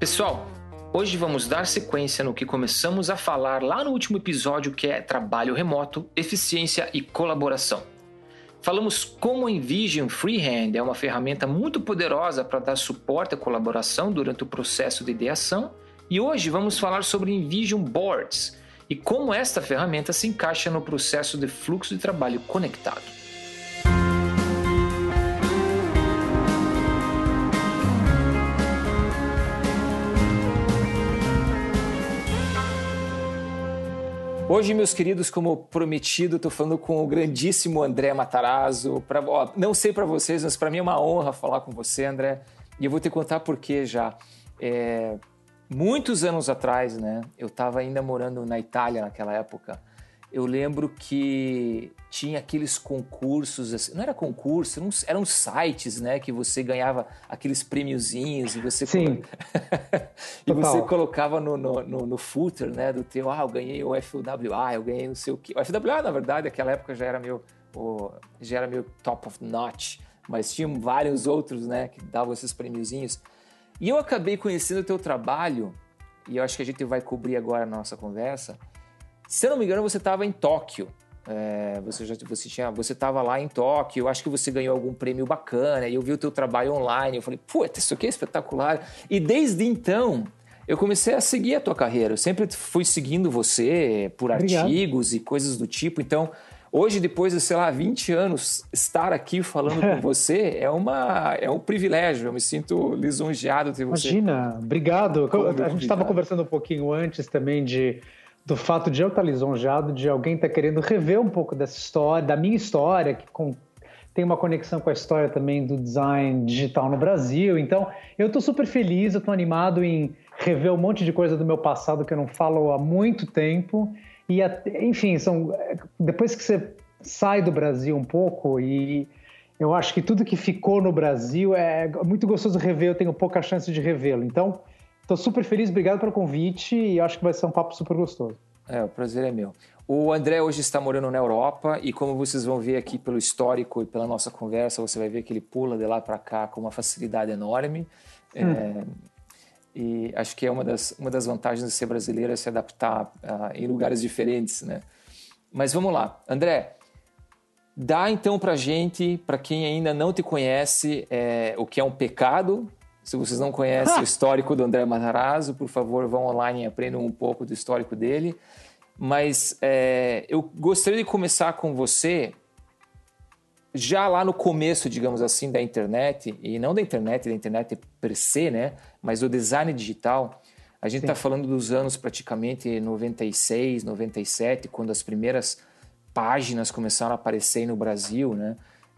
Pessoal, hoje vamos dar sequência no que começamos a falar lá no último episódio, que é trabalho remoto, eficiência e colaboração. Falamos como o InVision Freehand é uma ferramenta muito poderosa para dar suporte à colaboração durante o processo de ideação, e hoje vamos falar sobre InVision Boards e como esta ferramenta se encaixa no processo de fluxo de trabalho conectado. Hoje, meus queridos, como prometido, estou falando com o grandíssimo André Matarazzo. Não sei para vocês, mas para mim é uma honra falar com você, André. E eu vou te contar por quê já. Muitos anos atrás, né? Eu estava ainda morando na Itália naquela época. Eu lembro que tinha aqueles concursos, assim, não era concurso, eram sites, né? Que você ganhava aqueles prêmiozinhos e você, e você colocava no footer, né? Do teu, eu ganhei o FWA, eu ganhei não sei o quê. O FWA, na verdade, naquela época já era meu top of notch, mas tinham vários outros, né? Que davam esses prêmiozinhos. E eu acabei conhecendo o teu trabalho, e eu acho que a gente vai cobrir agora na nossa conversa. Se eu não me engano, você estava em Tóquio. Você estava lá em Tóquio. Eu acho que você ganhou algum prêmio bacana. E eu vi o teu trabalho online. Eu falei, isso aqui é espetacular. E desde então, eu comecei a seguir a tua carreira. Eu sempre fui seguindo você por artigos e coisas do tipo. Então, hoje, depois de, 20 anos, estar aqui falando com você é um privilégio. Eu me sinto lisonjeado de ter você. Imagina, obrigado. A gente estava conversando um pouquinho antes também do fato de eu estar lisonjeado, de alguém estar querendo rever um pouco dessa história, da minha história, que tem uma conexão com a história também do design digital no Brasil. Então, eu estou super feliz, eu estou animado em rever um monte de coisa do meu passado que eu não falo há muito tempo. E, enfim, depois que você sai do Brasil um pouco, e eu acho que tudo que ficou no Brasil é muito gostoso rever, eu tenho pouca chance de revê-lo. Então, estou super feliz, obrigado pelo convite e acho que vai ser um papo super gostoso. O prazer é meu. O André hoje está morando na Europa e como vocês vão ver aqui pelo histórico e pela nossa conversa, você vai ver que ele pula de lá para cá com uma facilidade enorme. E acho que é uma das vantagens de ser brasileiro é se adaptar em lugares diferentes, né? Mas vamos lá. André, dá então para gente, para quem ainda não te conhece, o que é um pecado. Se vocês não conhecem o histórico do André Matarazzo, por favor, vão online e aprendam um pouco do histórico dele. Mas eu gostaria de começar com você, já lá no começo, digamos assim, da internet, e não da internet per se, né? Mas do design digital. A gente está falando dos anos praticamente 96, 97, quando as primeiras páginas começaram a aparecer no Brasil, né?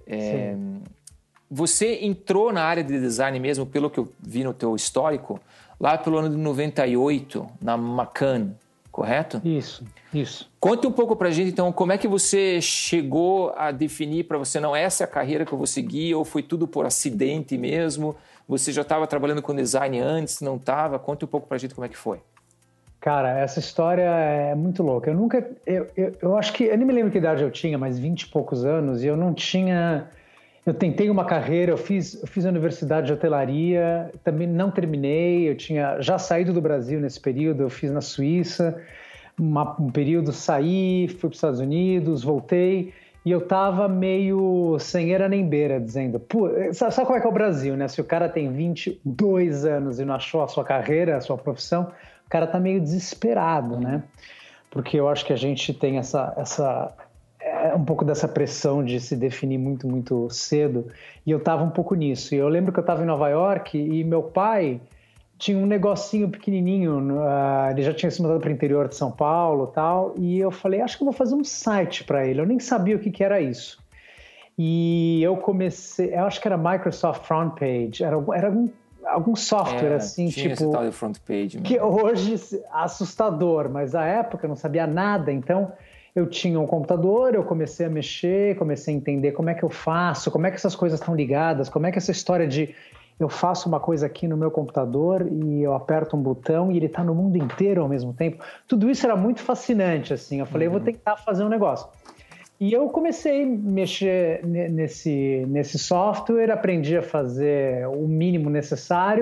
Você entrou na área de design mesmo, pelo que eu vi no teu histórico, lá pelo ano de 98, na McCann, correto? Isso. Conte um pouco pra gente, então, como é que você chegou a definir para você, não, essa é a carreira que eu vou seguir, ou foi tudo por acidente mesmo? Você já estava trabalhando com design antes, não estava? Conte um pouco pra gente como é que foi. Cara, essa história é muito louca. Eu acho que, eu nem me lembro que idade eu tinha, mas 20 e poucos anos, e eu não tinha... Eu tentei uma carreira, eu fiz a universidade de hotelaria, também não terminei, eu tinha já saído do Brasil nesse período, eu fiz na Suíça, um período saí, fui para os Estados Unidos, voltei, e eu estava meio sem era nem beira, dizendo, sabe como é que é o Brasil, né? Se o cara tem 22 anos e não achou a sua carreira, a sua profissão, o cara está meio desesperado, né? Porque eu acho que a gente tem um pouco dessa pressão de se definir muito, muito cedo, e eu estava um pouco nisso. E eu lembro que eu estava em Nova York e meu pai tinha um negocinho pequenininho, ele já tinha se mudado para o interior de São Paulo e tal, e eu falei, acho que eu vou fazer um site para ele. Eu nem sabia o que era isso. E eu comecei, eu acho que era Microsoft Front Page, era algum software assim, tinha esse tal de front page, que hoje é assustador, mas na época eu não sabia nada, então... Eu tinha um computador, eu comecei a mexer, comecei a entender como é que eu faço, como é que essas coisas estão ligadas, como é que essa história de eu faço uma coisa aqui no meu computador e eu aperto um botão e ele está no mundo inteiro ao mesmo tempo. Tudo isso era muito fascinante, assim. Eu falei, eu vou tentar fazer um negócio. E eu comecei a mexer nesse software, aprendi a fazer o mínimo necessário,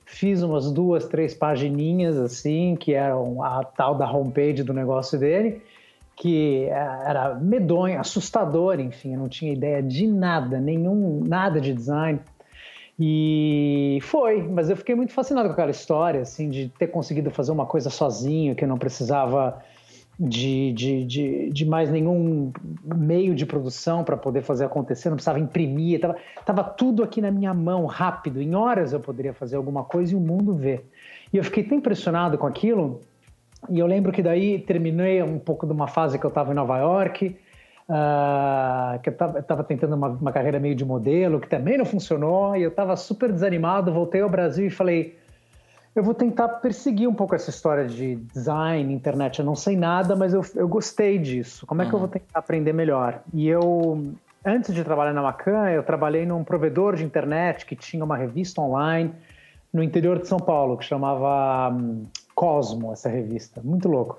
fiz umas 2, 3 pagininhas, assim, que eram a tal da homepage do negócio dele, que era medonho, assustador, enfim, eu não tinha ideia de nada, nada de design. E mas eu fiquei muito fascinado com aquela história, assim, de ter conseguido fazer uma coisa sozinho, que eu não precisava de mais nenhum meio de produção para poder fazer acontecer, não precisava imprimir, tava tudo aqui na minha mão, rápido, em horas eu poderia fazer alguma coisa e o mundo ver. E eu fiquei tão impressionado com aquilo, e eu lembro que daí terminei um pouco de uma fase que eu estava em Nova York, que eu estava tentando uma carreira meio de modelo, que também não funcionou, e eu estava super desanimado, voltei ao Brasil e falei, eu vou tentar perseguir um pouco essa história de design, internet, eu não sei nada, mas eu gostei disso, como é que eu vou tentar aprender melhor? E antes de trabalhar na Macan, eu trabalhei num provedor de internet que tinha uma revista online no interior de São Paulo, que chamava Cosmo, essa revista, muito louco.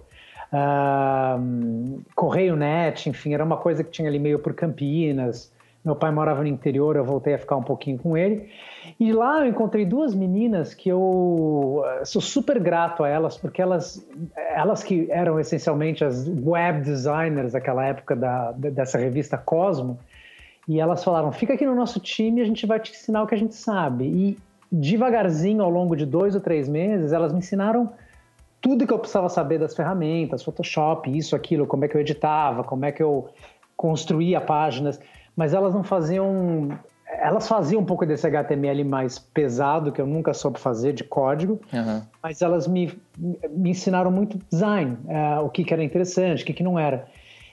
Correio Net, enfim, era uma coisa que tinha ali meio por Campinas. Meu pai morava no interior, eu voltei a ficar um pouquinho com ele. E lá eu encontrei 2 meninas que eu sou super grato a elas, porque elas que eram essencialmente as web designers daquela época dessa revista Cosmo, e elas falaram, fica aqui no nosso time e a gente vai te ensinar o que a gente sabe. E devagarzinho, ao longo de 2 ou 3 meses, elas me ensinaram tudo que eu precisava saber das ferramentas, Photoshop, isso, aquilo, como é que eu editava, como é que eu construía páginas, mas elas não faziam... Elas faziam um pouco desse HTML mais pesado, que eu nunca soube fazer, de código, mas elas me ensinaram muito design, o que era interessante, o que não era.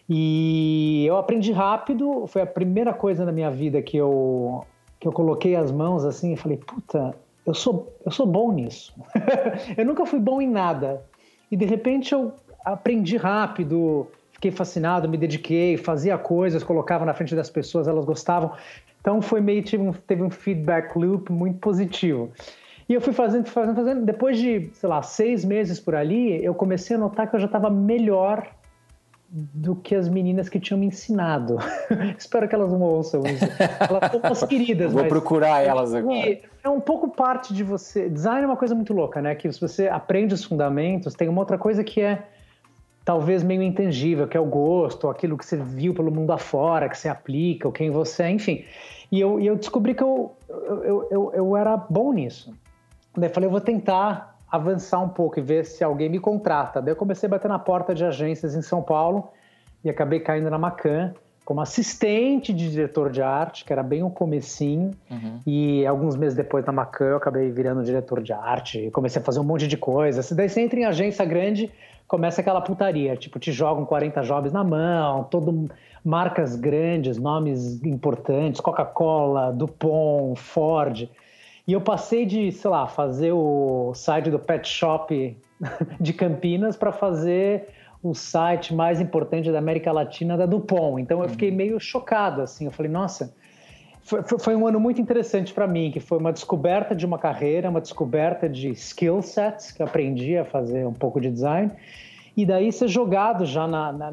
E eu aprendi rápido, foi a primeira coisa na minha vida que eu coloquei as mãos assim e falei, puta, eu sou bom nisso. Eu nunca fui bom em nada. E de repente eu aprendi rápido, fiquei fascinado, me dediquei, fazia coisas, colocava na frente das pessoas, elas gostavam. Então foi meio, teve um feedback loop muito positivo. E eu fui fazendo. Depois de, sei lá, 6 meses por ali, eu comecei a notar que eu já estava melhor do que as meninas que tinham me ensinado. Espero que elas não ouçam isso. Elas são umas queridas. Vou procurar elas agora. É um pouco parte de você... Design é uma coisa muito louca, né? Que se você aprende os fundamentos, tem uma outra coisa que é talvez meio intangível, que é o gosto, aquilo que você viu pelo mundo afora, que você aplica, ou quem você é, enfim. E eu descobri que eu era bom nisso. Daí eu falei, eu vou tentar avançar um pouco e ver se alguém me contrata. Daí eu comecei a bater na porta de agências em São Paulo e acabei caindo na Macan como assistente de diretor de arte, que era bem o comecinho. E alguns meses depois na Macan eu acabei virando diretor de arte, comecei a fazer um monte de coisas. Daí você entra em agência grande, começa aquela putaria, tipo, te jogam 40 jobs na mão, marcas grandes, nomes importantes, Coca-Cola, DuPont, Ford. E eu passei de, sei lá, fazer o site do Pet Shop de Campinas para fazer o site mais importante da América Latina da DuPont. Então eu fiquei meio chocado, assim. Eu falei, nossa, foi um ano muito interessante para mim, que foi uma descoberta de uma carreira, uma descoberta de skill sets, que eu aprendi a fazer um pouco de design. E daí ser jogado já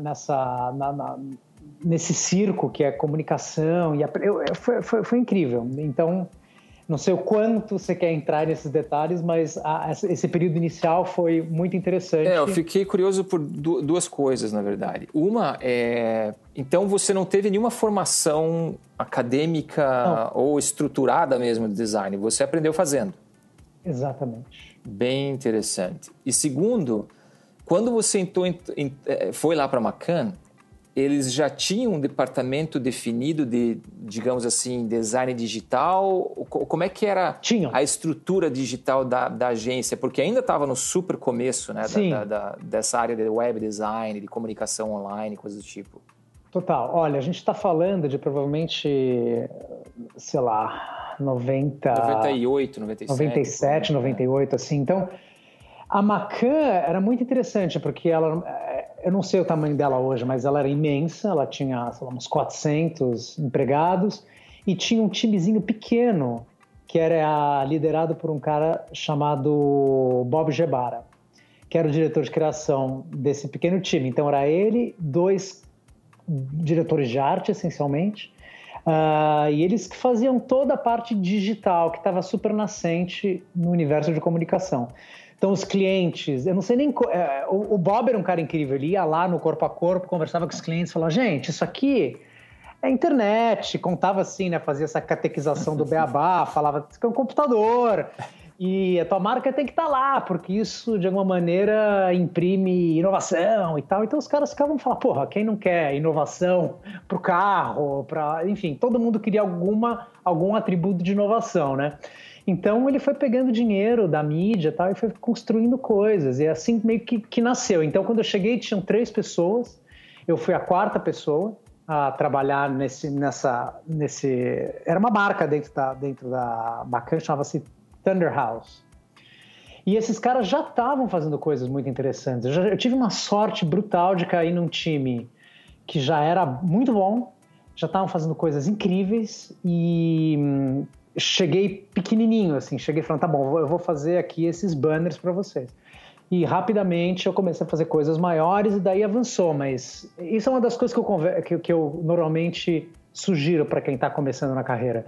nesse circo que é comunicação. Foi incrível. Então... Não sei o quanto você quer entrar nesses detalhes, mas esse período inicial foi muito interessante. Eu fiquei curioso por 2 coisas, na verdade. Uma é... Então, você não teve nenhuma formação acadêmica ou estruturada mesmo de design. Você aprendeu fazendo. Exatamente. Bem interessante. E segundo, quando você foi lá para a Macan, eles já tinham um departamento definido de, digamos assim, design digital? Como é que era a estrutura digital da agência? Porque ainda estava no super começo, né, dessa área de web design, de comunicação online, coisas do tipo. Total. Olha, a gente está falando de provavelmente, sei lá, 98, 97. 97, 98, assim. Então, a Macan era muito interessante, porque ela... Eu não sei o tamanho dela hoje, mas ela era imensa, ela tinha, sei lá, uns 400 empregados e tinha um timezinho pequeno que era liderado por um cara chamado Bob Gebara, que era o diretor de criação desse pequeno time. Então era ele, 2 diretores de arte, essencialmente, E eles que faziam toda a parte digital, que estava super nascente no universo de comunicação. Então, os clientes, eu não sei nem... o Bob era um cara incrível, ele ia lá no corpo a corpo, conversava com os clientes, falava, gente, isso aqui é internet, contava assim, né, fazia essa catequização do beabá, falava, isso aqui é um computador, e a tua marca tem que estar lá, porque isso, de alguma maneira, imprime inovação e tal. Então, os caras ficavam falando, porra, quem não quer inovação para o carro, enfim, todo mundo queria algum atributo de inovação, né? Então, ele foi pegando dinheiro da mídia e tal, e foi construindo coisas. E assim meio que nasceu. Então, quando eu cheguei, tinham 3 pessoas. Eu fui a 4ª pessoa a trabalhar nesse... Era uma marca dentro da Bacan, chamava-se Thunder House. E esses caras já estavam fazendo coisas muito interessantes. Eu tive uma sorte brutal de cair num time que já era muito bom, já estavam fazendo coisas incríveis e... cheguei pequenininho, assim, cheguei falando, tá bom, eu vou fazer aqui esses banners para vocês. E rapidamente eu comecei a fazer coisas maiores e daí avançou, mas isso é uma das coisas que eu normalmente sugiro para quem está começando na carreira.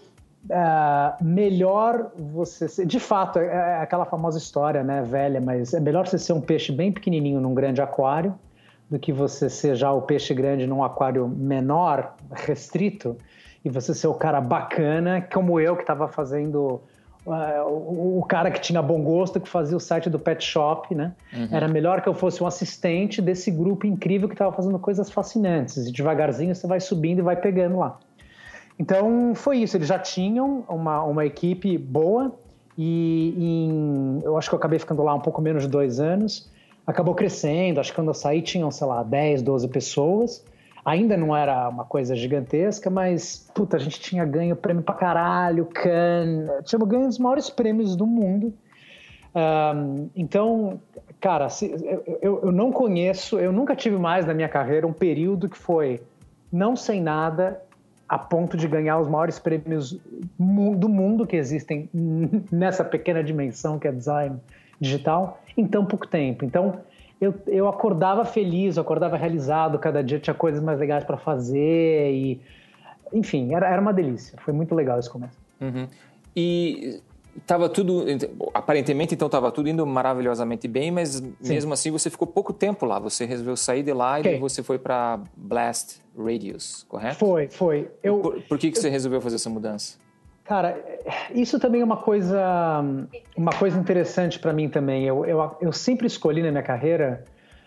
Melhor você ser... De fato, é aquela famosa história, né, velha, mas é melhor você ser um peixe bem pequenininho num grande aquário do que você ser já o peixe grande num aquário menor, restrito, e você ser o cara bacana, como eu, que estava fazendo... o cara que tinha bom gosto, que fazia o site do Pet Shop, né? Uhum. Era melhor que eu fosse um assistente desse grupo incrível que estava fazendo coisas fascinantes. E devagarzinho você vai subindo e vai pegando lá. Então, foi isso. Eles já tinham uma equipe boa e eu acho que eu acabei ficando lá um pouco menos de 2 anos. Acabou crescendo. Acho que quando eu saí tinham, sei lá, 10, 12 pessoas. Ainda não era uma coisa gigantesca, mas, puta, a gente tinha ganho prêmio pra caralho, Cannes, tínhamos ganho os maiores prêmios do mundo. Então, cara, eu não conheço, eu nunca tive mais na minha carreira um período que foi não sem nada a ponto de ganhar os maiores prêmios do mundo que existem nessa pequena dimensão que é design digital em tão pouco tempo. Então, eu acordava feliz, eu acordava realizado, cada dia tinha coisas mais legais para fazer e, enfim, era uma delícia. Foi muito legal esse começo. Uhum. E estava tudo, aparentemente, então estava tudo indo maravilhosamente bem, mas Sim. mesmo assim você ficou pouco tempo lá. Você resolveu sair de lá e você foi para Blast Radius, correto? Foi. Por que você resolveu fazer essa mudança? Cara, isso também é uma coisa interessante para mim também. Eu sempre escolhi na minha carreira,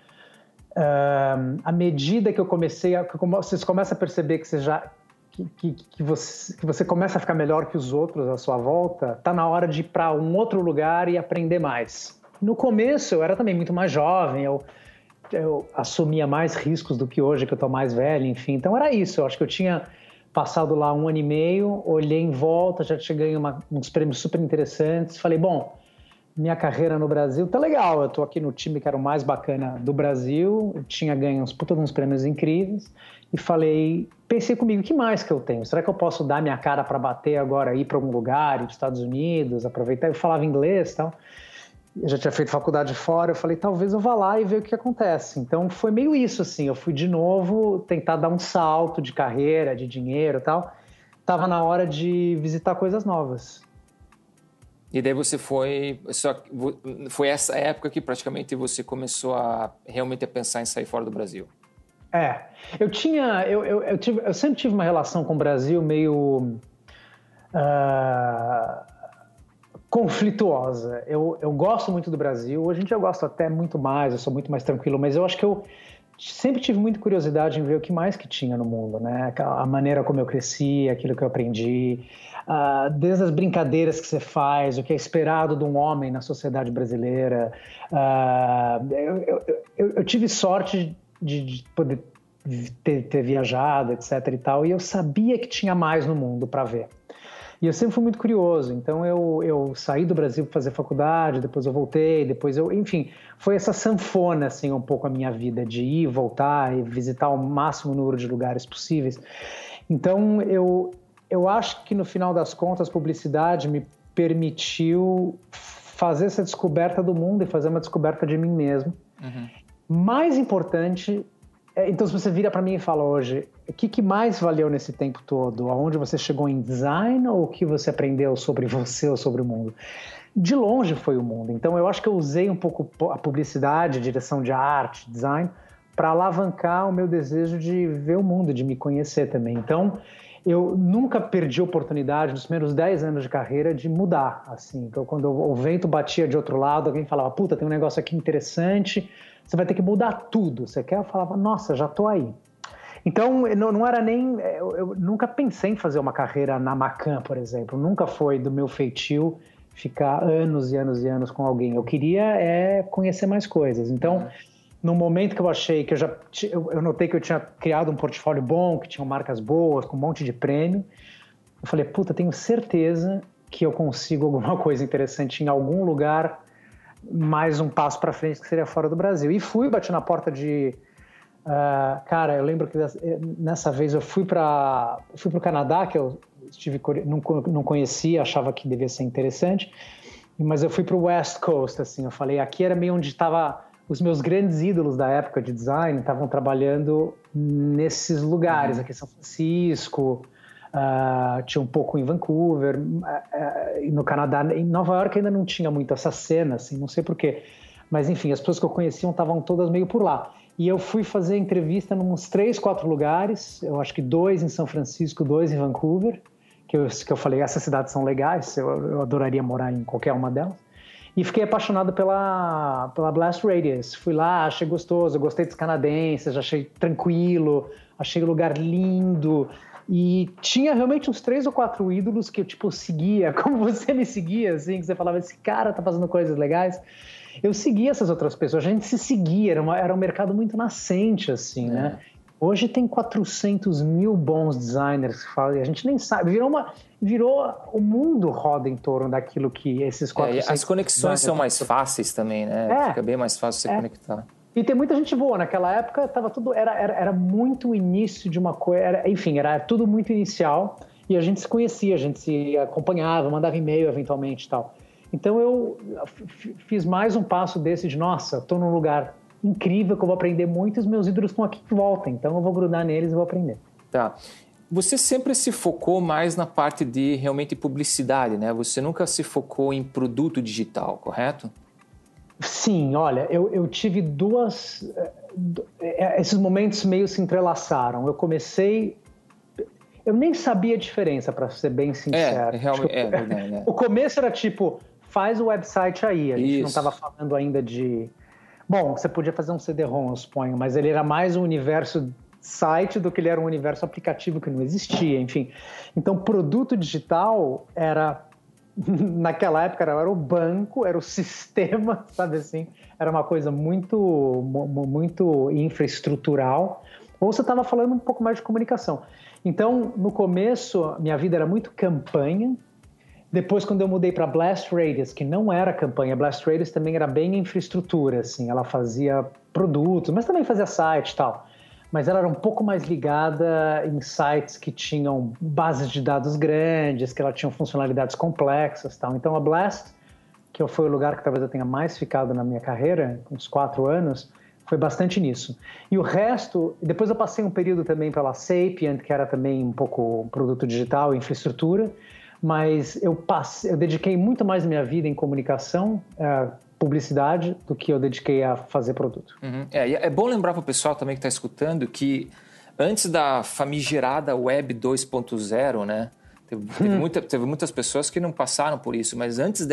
à medida que eu comecei, você começa a perceber que você começa a ficar melhor que os outros à sua volta, tá na hora de ir para um outro lugar e aprender mais. No começo eu era também muito mais jovem, eu assumia mais riscos do que hoje, que eu tô mais velho, enfim. Então era isso, eu acho que eu tinha passado lá 1 ano e meio, olhei em volta, já tinha ganho uns prêmios super interessantes, falei, bom, minha carreira no Brasil tá legal, eu tô aqui no time que era o mais bacana do Brasil, eu tinha ganho uns prêmios incríveis, e pensei comigo, o que mais que eu tenho? Será que eu posso dar minha cara para bater agora, ir para algum lugar, ir para os Estados Unidos, aproveitar? Eu falava inglês e tal, eu já tinha feito faculdade fora, eu falei, talvez eu vá lá e ver o que acontece. Então foi meio isso, assim, eu fui de novo tentar dar um salto de carreira, de dinheiro e tal. Tava na hora de visitar coisas novas. E daí você foi essa época que praticamente você começou a realmente pensar em sair fora do Brasil? Eu sempre tive uma relação com o Brasil meio... conflituosa. Eu gosto muito do Brasil, hoje em dia eu gosto até muito mais, eu sou muito mais tranquilo, mas eu acho que eu sempre tive muita curiosidade em ver o que mais que tinha no mundo, né? A maneira como eu cresci, aquilo que eu aprendi, desde as brincadeiras que você faz, o que é esperado de um homem na sociedade brasileira. Eu tive sorte de poder ter viajado, etc. e tal, e eu sabia que tinha mais no mundo para ver. E eu sempre fui muito curioso, então eu saí do Brasil para fazer faculdade, depois eu voltei, enfim, foi essa sanfona, assim, um pouco a minha vida, de ir, voltar e visitar o máximo número de lugares possíveis. Então, eu acho que no final das contas, a publicidade me permitiu fazer essa descoberta do mundo e fazer uma descoberta de mim mesmo. Uhum. Mais importante Então, se você vira para mim e fala hoje, o que mais valeu nesse tempo todo? Aonde você chegou em design ou o que você aprendeu sobre você ou sobre o mundo? De longe foi o mundo. Então, eu acho que eu usei um pouco a publicidade, a direção de arte, design, para alavancar o meu desejo de ver o mundo, de me conhecer também. Então, eu nunca perdi a oportunidade, nos primeiros 10 anos de carreira, de mudar. Assim. Então, quando o vento batia de outro lado, alguém falava, puta, tem um negócio aqui interessante, você vai ter que mudar tudo. Você quer? Eu falava, nossa, já estou aí. Então, não era nem... Eu nunca pensei em fazer uma carreira na Macan, por exemplo. Nunca foi do meu feitio ficar anos e anos e anos com alguém. Eu queria conhecer mais coisas. Então, no momento que eu achei que eu notei que eu tinha criado um portfólio bom, que tinha marcas boas, com um monte de prêmio, eu falei, puta, tenho certeza que eu consigo alguma coisa interessante em algum lugar, mais um passo para frente, que seria fora do Brasil. E bati na porta de... cara, eu lembro que nessa vez eu fui para o Canadá, que eu não conhecia, achava que devia ser interessante, mas eu fui para o West Coast, assim, eu falei, aqui era meio onde estava os meus grandes ídolos da época de design, estavam trabalhando nesses lugares, aqui em São Francisco, tinha um pouco em Vancouver, no Canadá, em Nova York ainda não tinha muito essa cena, assim, não sei porquê, mas enfim, as pessoas que eu conhecia estavam todas meio por lá. E eu fui fazer entrevista em uns 3, 4 lugares, eu acho que 2 em São Francisco, 2 em Vancouver, que eu falei, essas cidades são legais, eu adoraria morar em qualquer uma delas. E fiquei apaixonado pela Blast Radius. Fui lá, achei gostoso, gostei dos canadenses, achei tranquilo, achei o lugar lindo. E tinha realmente uns 3 ou 4 ídolos que eu, tipo, seguia, como você me seguia, assim, que você falava, esse cara tá fazendo coisas legais. Eu seguia essas outras pessoas, a gente se seguia, era um mercado muito nascente, assim, né? Hoje tem 400 mil bons designers que falam, e a gente nem sabe, o mundo roda em torno daquilo que esses 400... as conexões são mais fáceis também, né? Fica bem mais fácil se conectar. E tem muita gente boa, naquela época tava tudo, era muito o início de uma coisa, enfim, era tudo muito inicial, e a gente se conhecia, a gente se acompanhava, mandava e-mail eventualmente e tal. Então eu fiz mais um passo desse de, nossa, estou num lugar incrível que eu vou aprender muito e os meus ídolos estão aqui de volta, então eu vou grudar neles e vou aprender. Tá. Você sempre se focou mais na parte de realmente publicidade, né? Você nunca se focou em produto digital, correto? Sim, olha, eu tive esses momentos meio se entrelaçaram. Eu nem sabia a diferença, para ser bem sincero. Verdade. O começo era tipo, faz o website aí. A gente não estava falando ainda de... Bom, você podia fazer um CD-ROM, eu suponho, mas ele era mais um universo site do que ele era um universo aplicativo que não existia, enfim. Então, produto digital era... Naquela época era o banco, era o sistema, sabe assim? Era uma coisa muito infraestrutural. Ou você estava falando um pouco mais de comunicação. Então, no começo, minha vida era muito campanha. Depois, quando eu mudei para Blast Radius, que não era campanha, Blast Radius também era bem infraestrutura, assim. Ela fazia produtos, mas também fazia site e tal. Mas ela era um pouco mais ligada em sites que tinham bases de dados grandes, que ela tinha funcionalidades complexas e tal. Então, a Blast, que foi o lugar que talvez eu tenha mais ficado na minha carreira, uns 4 anos, foi bastante nisso. E o resto, depois eu passei um período também pela Sapient, que era também um pouco produto digital, infraestrutura, mas eu dediquei muito mais minha vida em comunicação, publicidade, do que eu dediquei a fazer produto. É bom lembrar para o pessoal também que está escutando que antes da famigerada Web 2.0, né, teve muitas pessoas que não passaram por isso, mas antes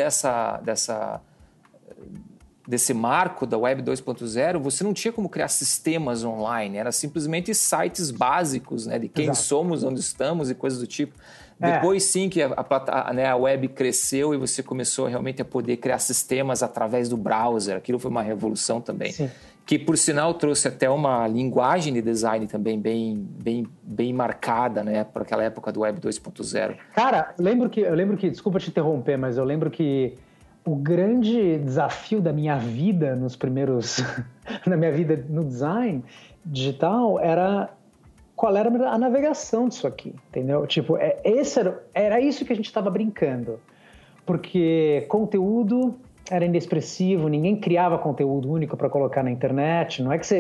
desse marco da Web 2.0, você não tinha como criar sistemas online, era simplesmente sites básicos, né, de quem somos, onde estamos e coisas do tipo. Depois sim que a web cresceu e você começou realmente a poder criar sistemas através do browser. Aquilo foi uma revolução também. Sim. Que, por sinal, trouxe até uma linguagem de design também bem marcada, né, para aquela época do Web 2.0. Cara, eu lembro que, desculpa te interromper, mas eu lembro que o grande desafio da minha vida na minha vida no design digital era qual era a navegação disso aqui, entendeu? Tipo, era isso que a gente estava brincando, porque conteúdo era inexpressivo, ninguém criava conteúdo único para colocar na internet, não é que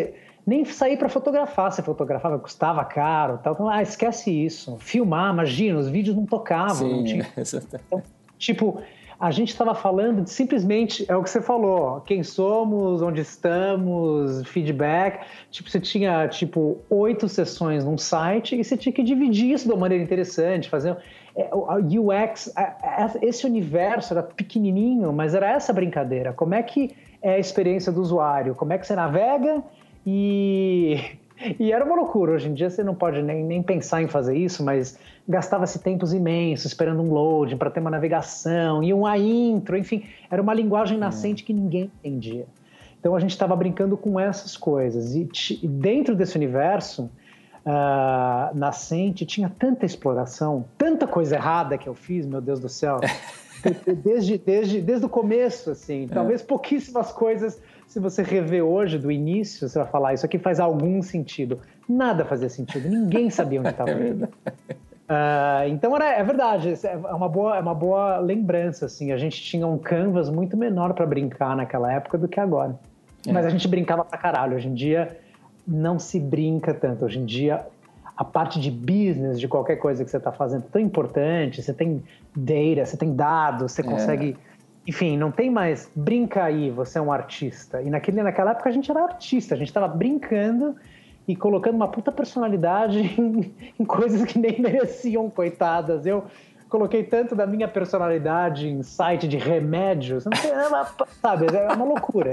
nem sair para fotografar. Você fotografava, custava caro, tal. Então, esquece isso. Filmar, imagina, os vídeos não tocavam, não tinha. Então, tipo, a gente estava falando de simplesmente, é o que você falou, quem somos, onde estamos, feedback. Tipo, você tinha, 8 sessões num site e você tinha que dividir isso de uma maneira interessante, fazer... A UX, esse universo era pequenininho, mas era essa brincadeira. Como é que é a experiência do usuário? Como é que você navega? E era uma loucura. Hoje em dia você não pode nem pensar em fazer isso, mas gastava-se tempos imensos esperando um loading para ter uma navegação e uma intro, enfim, era uma linguagem nascente que ninguém entendia. Então a gente estava brincando com essas coisas. E dentro desse universo nascente tinha tanta exploração, tanta coisa errada que eu fiz, meu Deus do céu, desde o começo, assim, talvez pouquíssimas coisas, se você rever hoje do início, você vai falar, isso aqui faz algum sentido. Nada fazia sentido, ninguém sabia onde estava. Então é verdade, é uma boa lembrança, assim, a gente tinha um canvas muito menor para brincar naquela época do que agora. Mas a gente brincava pra caralho. Hoje em dia não se brinca tanto. Hoje em dia, a parte de business de qualquer coisa que você está fazendo é tão importante. Você tem data, você tem dados, você consegue... Enfim, não tem mais brinca aí, você é um artista. E naquela época a gente era artista. A gente estava brincando e colocando uma puta personalidade em coisas que nem mereciam, coitadas. Eu coloquei tanto da minha personalidade em site de remédios, não sei, sabe, é uma loucura.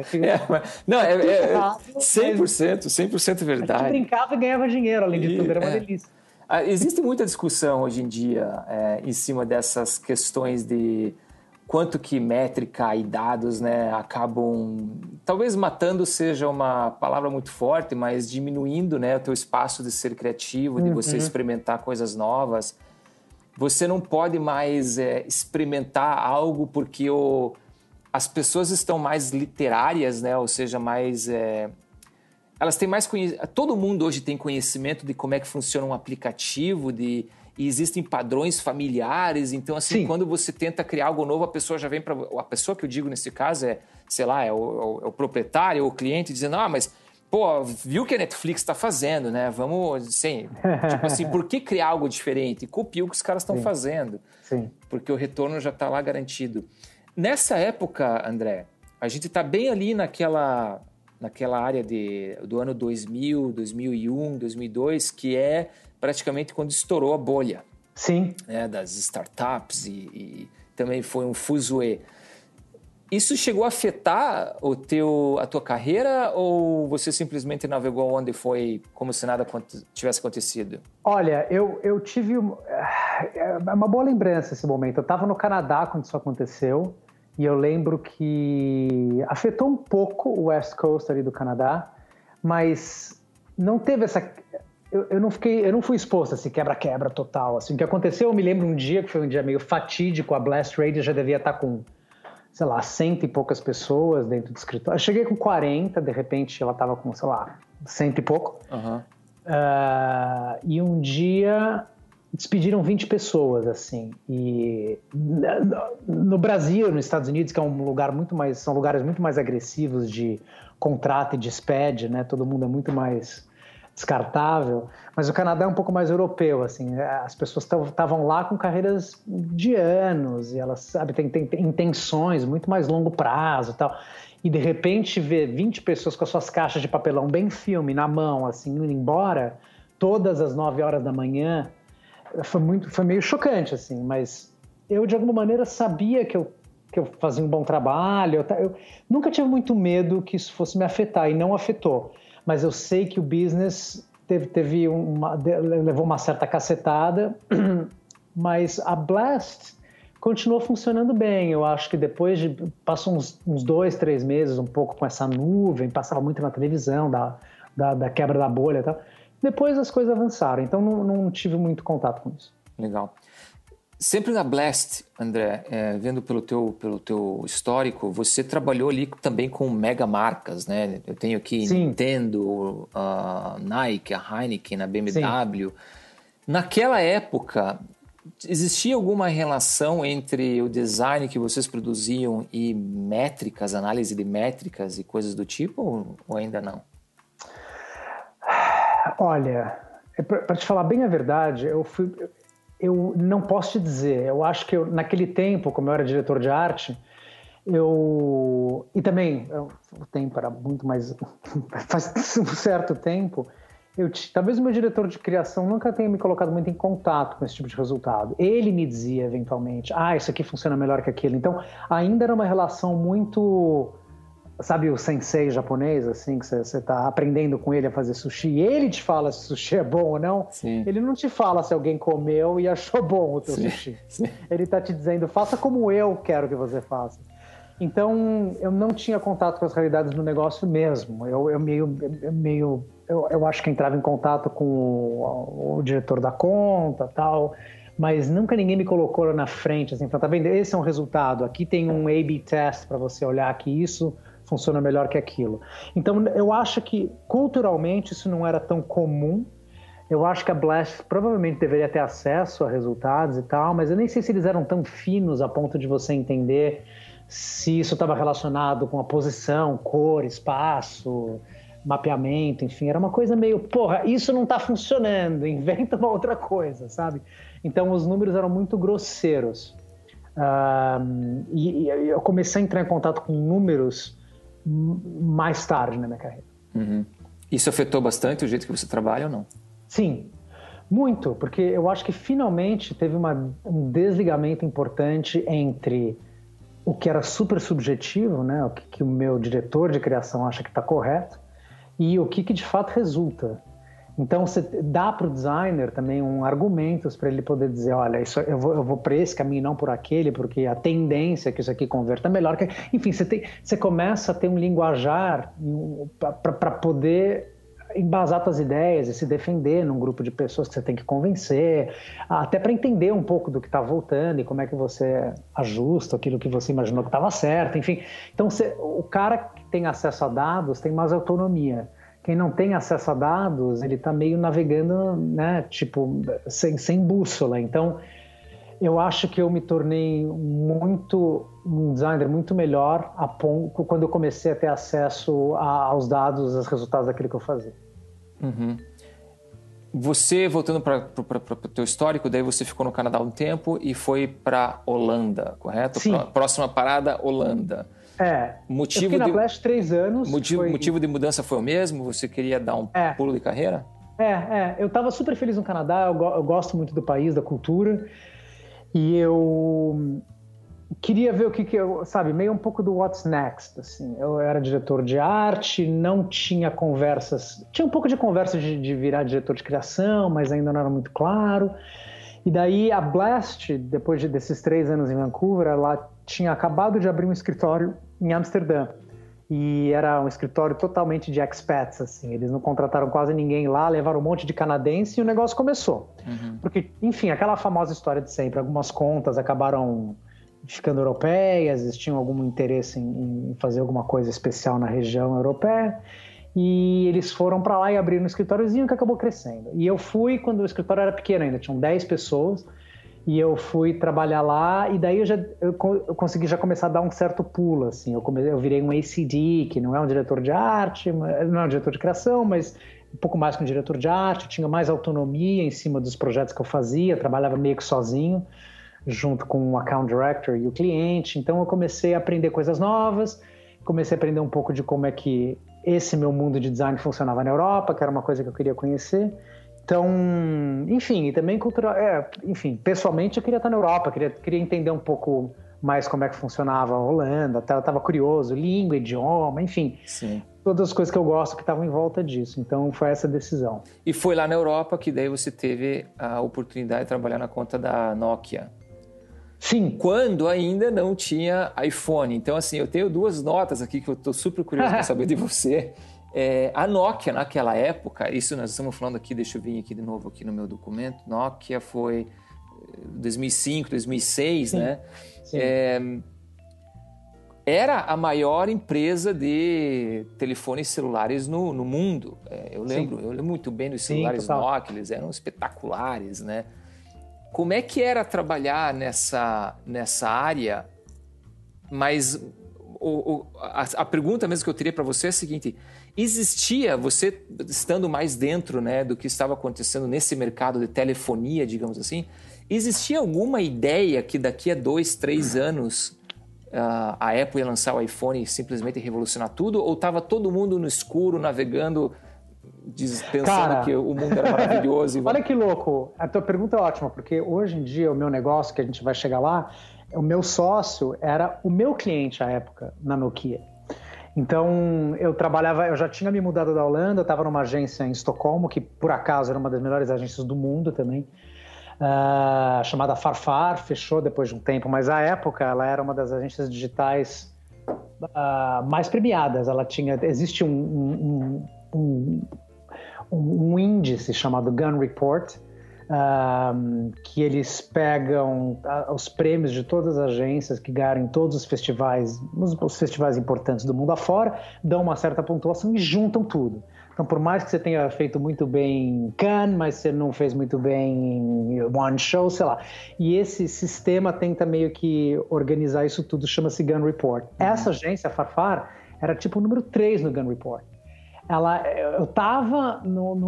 100% verdade. A gente brincava e ganhava dinheiro, além de tudo, era uma delícia. Existe muita discussão hoje em dia em cima dessas questões de quanto que métrica e dados, né, acabam, talvez matando seja uma palavra muito forte, mas diminuindo, né, o teu espaço de ser criativo, de você experimentar coisas novas. Você não pode mais experimentar algo porque as pessoas estão mais literárias, né? Ou seja, mais... elas têm mais conhecimento. Todo mundo hoje tem conhecimento de como é que funciona um aplicativo, e existem padrões familiares. Então, assim, quando você tenta criar algo novo, a pessoa já vem para... A pessoa que eu digo nesse caso sei lá, é o proprietário ou o cliente dizendo, mas... Pô, viu o que a Netflix está fazendo, né? Vamos, assim, tipo assim, por que criar algo diferente? Copia o que os caras estão fazendo. Sim. Porque o retorno já está lá garantido. Nessa época, André, a gente está bem ali naquela área do ano 2000, 2001, 2002, que é praticamente quando estourou a bolha. Sim. Né, das startups e também foi um fuzuê. Isso chegou a afetar a tua carreira ou você simplesmente navegou onde foi como se nada tivesse acontecido? Olha, eu tive... É uma boa lembrança esse momento. Eu estava no Canadá quando isso aconteceu e eu lembro que afetou um pouco o West Coast ali do Canadá, mas não teve essa... Eu não fui exposto a esse quebra-quebra total. Assim, o que aconteceu, eu me lembro um dia que foi um dia meio fatídico, a Blast Radio já devia estar com... sei lá, 100 e poucas pessoas dentro do escritório. Eu cheguei com 40, de repente ela estava com, sei lá, 100 e pouco. E um dia despediram 20 pessoas, assim. E no Brasil, nos Estados Unidos, que é um lugar são lugares muito mais agressivos de contrato e despede, né? Todo mundo é muito mais descartável, mas o Canadá é um pouco mais europeu, assim, as pessoas estavam lá com carreiras de anos e elas, sabe, têm intenções muito mais longo prazo e tal, e de repente ver 20 pessoas com as suas caixas de papelão bem filme na mão, assim, indo embora, todas as 9 horas da manhã, foi meio chocante, assim, mas eu de alguma maneira sabia que eu fazia um bom trabalho, eu nunca tive muito medo que isso fosse me afetar, e não afetou. Mas eu sei que o business levou uma certa cacetada, mas a Blast continuou funcionando bem. Eu acho que passou uns 2, 3 meses, um pouco com essa nuvem, passava muito na televisão, da quebra da bolha e tal. Depois as coisas avançaram, então não tive muito contato com isso. Legal. Sempre na Blast, André, vendo pelo teu histórico, você trabalhou ali também com mega marcas, né? Eu tenho aqui Nintendo, a Nike, a Heineken, a BMW. Sim. Naquela época, existia alguma relação entre o design que vocês produziam e métricas, análise de métricas e coisas do tipo, ou ainda não? Olha, para te falar bem a verdade, eu não posso te dizer. Eu acho que naquele tempo, como eu era diretor de arte, e também o tempo era muito mais faz um certo tempo. Talvez o meu diretor de criação nunca tenha me colocado muito em contato com esse tipo de resultado. Ele me dizia eventualmente, isso aqui funciona melhor que aquilo. Então ainda era uma relação muito, sabe, o sensei japonês, assim, que você está aprendendo com ele a fazer sushi, e ele te fala se o sushi é bom ou não. Sim. Ele não te fala se alguém comeu e achou bom o teu sushi. Sim. Ele está te dizendo, faça como eu quero que você faça. Então, eu não tinha contato com as realidades do negócio mesmo. Eu acho que entrava em contato com o diretor da conta, tal, mas nunca ninguém me colocou na frente, assim, tá vendo? Esse é um resultado, aqui tem um A/B test para você olhar que isso funciona melhor que aquilo. Então, eu acho que culturalmente isso não era tão comum. Eu acho que a Blast provavelmente deveria ter acesso a resultados e tal, mas eu nem sei se eles eram tão finos a ponto de você entender se isso estava relacionado com a posição, cor, espaço, mapeamento, enfim, era uma coisa meio, isso não está funcionando, inventa uma outra coisa, sabe? Então os números eram muito grosseiros. E eu comecei a entrar em contato com números mais tarde na minha carreira. Uhum. Isso afetou bastante o jeito que você trabalha ou não? Sim, muito, porque eu acho que finalmente teve um desligamento importante entre o que era super subjetivo, né, o que o meu diretor de criação acha que está correto, e o que de fato resulta. Então, você dá para o designer também argumentos para ele poder dizer, olha, eu vou para esse caminho, não por aquele, porque a tendência é que isso aqui converta melhor. Enfim, você começa a ter um linguajar para poder embasar suas ideias e se defender num grupo de pessoas que você tem que convencer, até para entender um pouco do que está voltando e como é que você ajusta aquilo que você imaginou que estava certo, enfim. Então, o cara que tem acesso a dados tem mais autonomia. Quem não tem acesso a dados, ele está meio navegando, né, tipo, sem bússola. Então, eu acho que eu me tornei um designer muito melhor quando eu comecei a ter acesso aos dados, aos resultados daquilo que eu fazia. Uhum. Você, voltando para o teu histórico, daí você ficou no Canadá um tempo e foi para Holanda, correto? Sim. Próxima parada, Holanda. Eu fiquei na Blast 3 anos. Motivo de mudança foi o mesmo? Você queria dar um pulo de carreira? Eu estava super feliz no Canadá, eu gosto muito do país, da cultura, e eu queria ver o que eu, sabe, meio um pouco do what's next, assim. Eu era diretor de arte, não tinha conversas, tinha um pouco de conversa de virar diretor de criação, mas ainda não era muito claro. E daí a Blast, depois desses 3 anos em Vancouver, ela tinha acabado de abrir um escritório em Amsterdã. E era um escritório totalmente de expats, assim. Eles não contrataram quase ninguém lá, levaram um monte de canadense e o negócio começou. Uhum. Porque, enfim, aquela famosa história de sempre, algumas contas acabaram ficando europeias, eles tinham algum interesse em fazer alguma coisa especial na região europeia, e eles foram para lá e abriram um escritóriozinho que acabou crescendo. E eu fui quando o escritório era pequeno ainda, tinham 10 pessoas, e eu fui trabalhar lá, e daí eu consegui já começar a dar um certo pulo, assim. Eu virei um ACD, que não é um diretor de arte, não é um diretor de criação, mas um pouco mais que um diretor de arte, tinha mais autonomia em cima dos projetos que eu fazia, trabalhava meio que sozinho, junto com o account director e o cliente. Então eu comecei a aprender coisas novas, comecei a aprender um pouco de como é que esse meu mundo de design funcionava na Europa, que era uma coisa que eu queria conhecer. Então, enfim, e também pessoalmente eu queria estar na Europa, queria entender um pouco mais como é que funcionava a Holanda, eu estava curioso, língua, idioma, enfim. Sim. Todas as coisas que eu gosto que estavam em volta disso. Então, foi essa decisão. E foi lá na Europa que daí você teve a oportunidade de trabalhar na conta da Nokia. Sim. Quando ainda não tinha iPhone. Então, assim, eu tenho 2 notas aqui que eu estou super curioso para saber de você. A Nokia, naquela época, isso nós estamos falando aqui, deixa eu vir aqui de novo aqui no meu documento, Nokia foi 2005, 2006, Sim. né? Sim. Era a maior empresa de telefones celulares no mundo. Eu lembro muito bem dos celulares Nokia, eles eram espetaculares, né? Como é que era trabalhar nessa área, mas a pergunta mesmo que eu teria para você é a seguinte: existia, você estando mais dentro, né, do que estava acontecendo nesse mercado de telefonia, digamos assim, existia alguma ideia que daqui a 2, 3 anos a Apple ia lançar o iPhone e simplesmente revolucionar tudo? Ou estava todo mundo no escuro, navegando, pensando que o mundo era maravilhoso? Olha que louco, a tua pergunta é ótima, porque hoje em dia o meu negócio, que a gente vai chegar lá, o meu sócio era o meu cliente à época na Nokia. Então eu já tinha me mudado da Holanda, eu estava numa agência em Estocolmo, que por acaso era uma das melhores agências do mundo também, chamada Farfar, fechou depois de um tempo, mas à época ela era uma das agências digitais mais premiadas. Existe um índice chamado Gun Report, que eles pegam os prêmios de todas as agências que ganham em todos os festivais importantes do mundo afora, dão uma certa pontuação e juntam tudo. Então, por mais que você tenha feito muito bem em Cannes, mas você não fez muito bem em One Show, sei lá. E esse sistema tenta meio que organizar isso tudo, chama-se Gun Report. Essa agência, a Farfar, era tipo o número 3 no Gun Report. Eu estava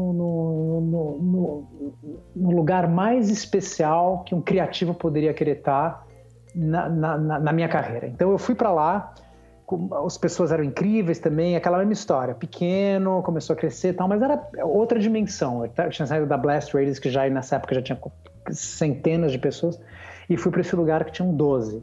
no lugar mais especial que um criativo poderia querer estar na minha carreira. Então eu fui para lá, as pessoas eram incríveis também, aquela mesma história, pequeno, começou a crescer e tal, mas era outra dimensão. Eu tinha saído da Blast Radius, que já nessa época já tinha centenas de pessoas, e fui para esse lugar que tinham 12.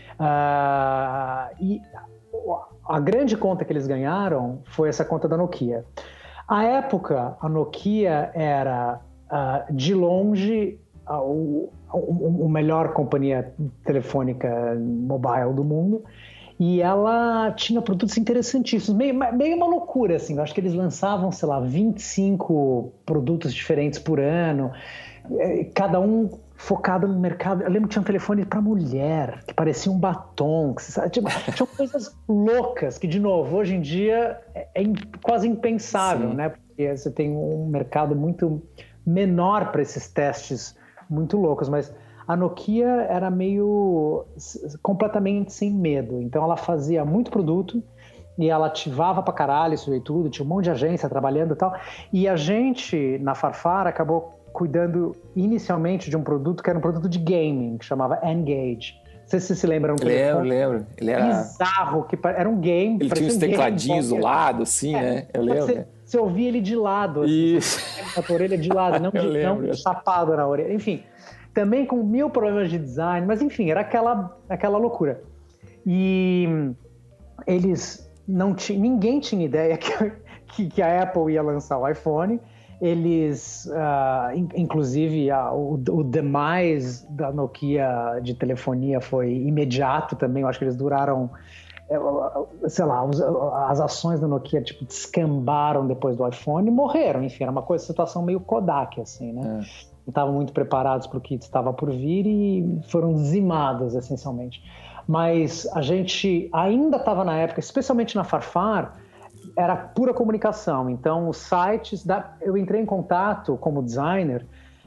E a grande conta que eles ganharam foi essa conta da Nokia. À época, a Nokia era, de longe, a melhor companhia telefônica mobile do mundo, e ela tinha produtos interessantíssimos, meio uma loucura, assim. Eu acho que eles lançavam, sei lá, 25 produtos diferentes por ano, cada um focado no mercado. Eu lembro que tinha um telefone para mulher, que parecia um batom, tinha coisas loucas, que, de novo, hoje em dia é quase impensável, né? Porque você tem um mercado muito menor para esses testes muito loucos, mas a Nokia era meio completamente sem medo. Então ela fazia muito produto e ela ativava pra caralho isso e tudo, tinha um monte de agência trabalhando e tal. E a gente, na Farfar, acabou cuidando inicialmente de um produto que era um produto de gaming, que chamava N-Gage. Não sei se você se lembra. Lembro. Ele era bizarro, que era um game. Ele tinha uns tecladinhos do lado, assim, né? Eu lembro. Você ouvia ele de lado, assim. Isso. A orelha de lado, não chapado na orelha. Enfim, também com 1000 problemas de design, mas enfim, era aquela loucura. E eles não tinham... Ninguém tinha ideia que a Apple ia lançar o iPhone. Eles, inclusive, o demise da Nokia de telefonia foi imediato também. Eu acho que eles duraram, sei lá, as ações da Nokia tipo descambaram depois do iPhone e morreram. Enfim, era uma situação meio Kodak, assim, né? Não estavam muito preparados para o que estava por vir e foram dizimados, essencialmente. Mas a gente ainda estava na época, especialmente na Farfar, era pura comunicação. Então, os sites... Eu entrei em contato como designer.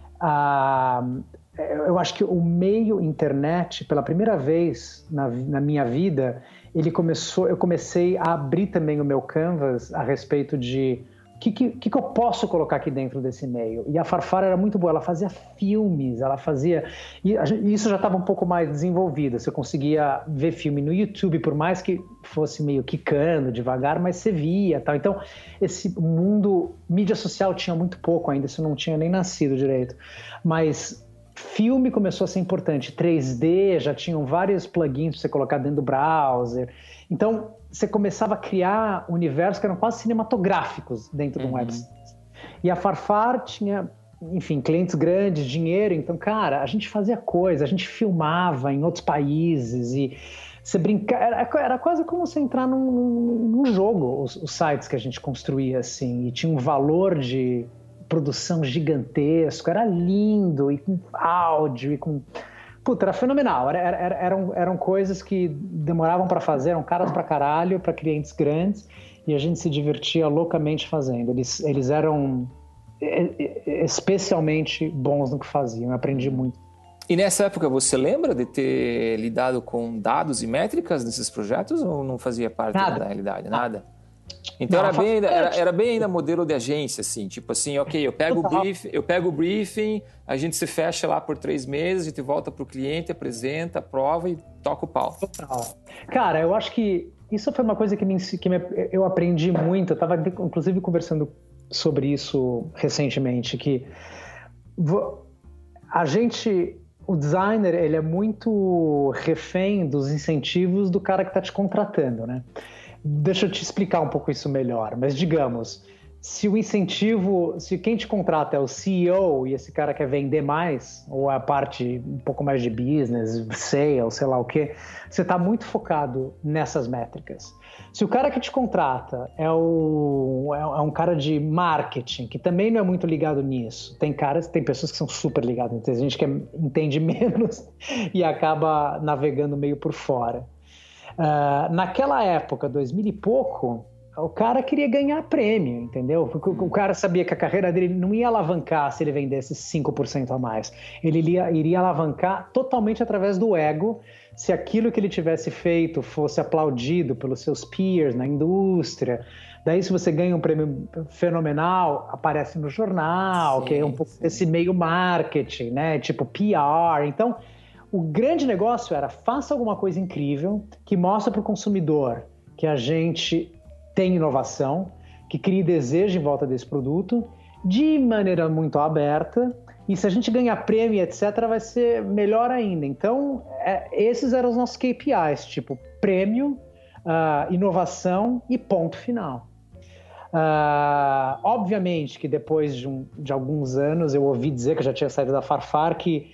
Eu acho que o meio internet, pela primeira vez na minha vida, eu comecei a abrir também o meu canvas a respeito de o que eu posso colocar aqui dentro desse meio. E a Farfar era muito boa, ela fazia filmes, ela fazia... E isso já estava um pouco mais desenvolvido, você conseguia ver filme no YouTube, por mais que fosse meio quicando, devagar, mas você via, tal. Então, esse mundo... Mídia social tinha muito pouco ainda, isso não tinha nem nascido direito. Mas filme começou a ser importante, 3D, já tinham vários plugins para você colocar dentro do browser. Então, você começava a criar universos que eram quase cinematográficos dentro de um website. E a Farfar tinha, enfim, clientes grandes, dinheiro. Então, cara, a gente fazia coisa, a gente filmava em outros países e você brincava. Era quase como você entrar num jogo, os sites que a gente construía, assim. E tinha um valor de produção gigantesco, era lindo, e com áudio, e com... Puta, era fenomenal. Eram coisas que demoravam para fazer, eram caras pra caralho, para clientes grandes, e a gente se divertia loucamente fazendo. Eles eram especialmente bons no que faziam, eu aprendi muito. E nessa época você lembra de ter lidado com dados e métricas nesses projetos ou não fazia parte da realidade? Nada? Então não, era bem ainda modelo de agência, assim, tipo assim, ok, eu pego o briefing, a gente se fecha lá por 3 meses, a gente volta para o cliente, apresenta, aprova e toca o pau. Total. Cara, eu acho que isso foi uma coisa que eu aprendi muito, eu estava inclusive conversando sobre isso recentemente, que o designer, ele é muito refém dos incentivos do cara que está te contratando, né? Deixa eu te explicar um pouco isso melhor, mas digamos, se quem te contrata é o CEO e esse cara quer vender mais, ou a parte um pouco mais de business, sales, sei lá o quê, você está muito focado nessas métricas. Se o cara que te contrata é um cara de marketing, que também não é muito ligado nisso, tem pessoas que são super ligadas, tem gente que entende menos e acaba navegando meio por fora. Naquela época, 2000 e pouco, o cara queria ganhar prêmio, entendeu? Porque o cara sabia que a carreira dele não ia alavancar se ele vendesse 5% a mais. Ele iria alavancar totalmente através do ego, se aquilo que ele tivesse feito fosse aplaudido pelos seus peers na indústria. Daí, se você ganha um prêmio fenomenal, aparece no jornal, que é um pouco desse meio marketing, né? Tipo PR. Então, o grande negócio era: faça alguma coisa incrível que mostre para o consumidor que a gente tem inovação, que crie desejo em volta desse produto, de maneira muito aberta, e se a gente ganhar prêmio, etc., vai ser melhor ainda. Então, esses eram os nossos KPIs, tipo prêmio, inovação e ponto final. Obviamente que depois de alguns anos, eu ouvi dizer, que eu já tinha saído da Farfar, que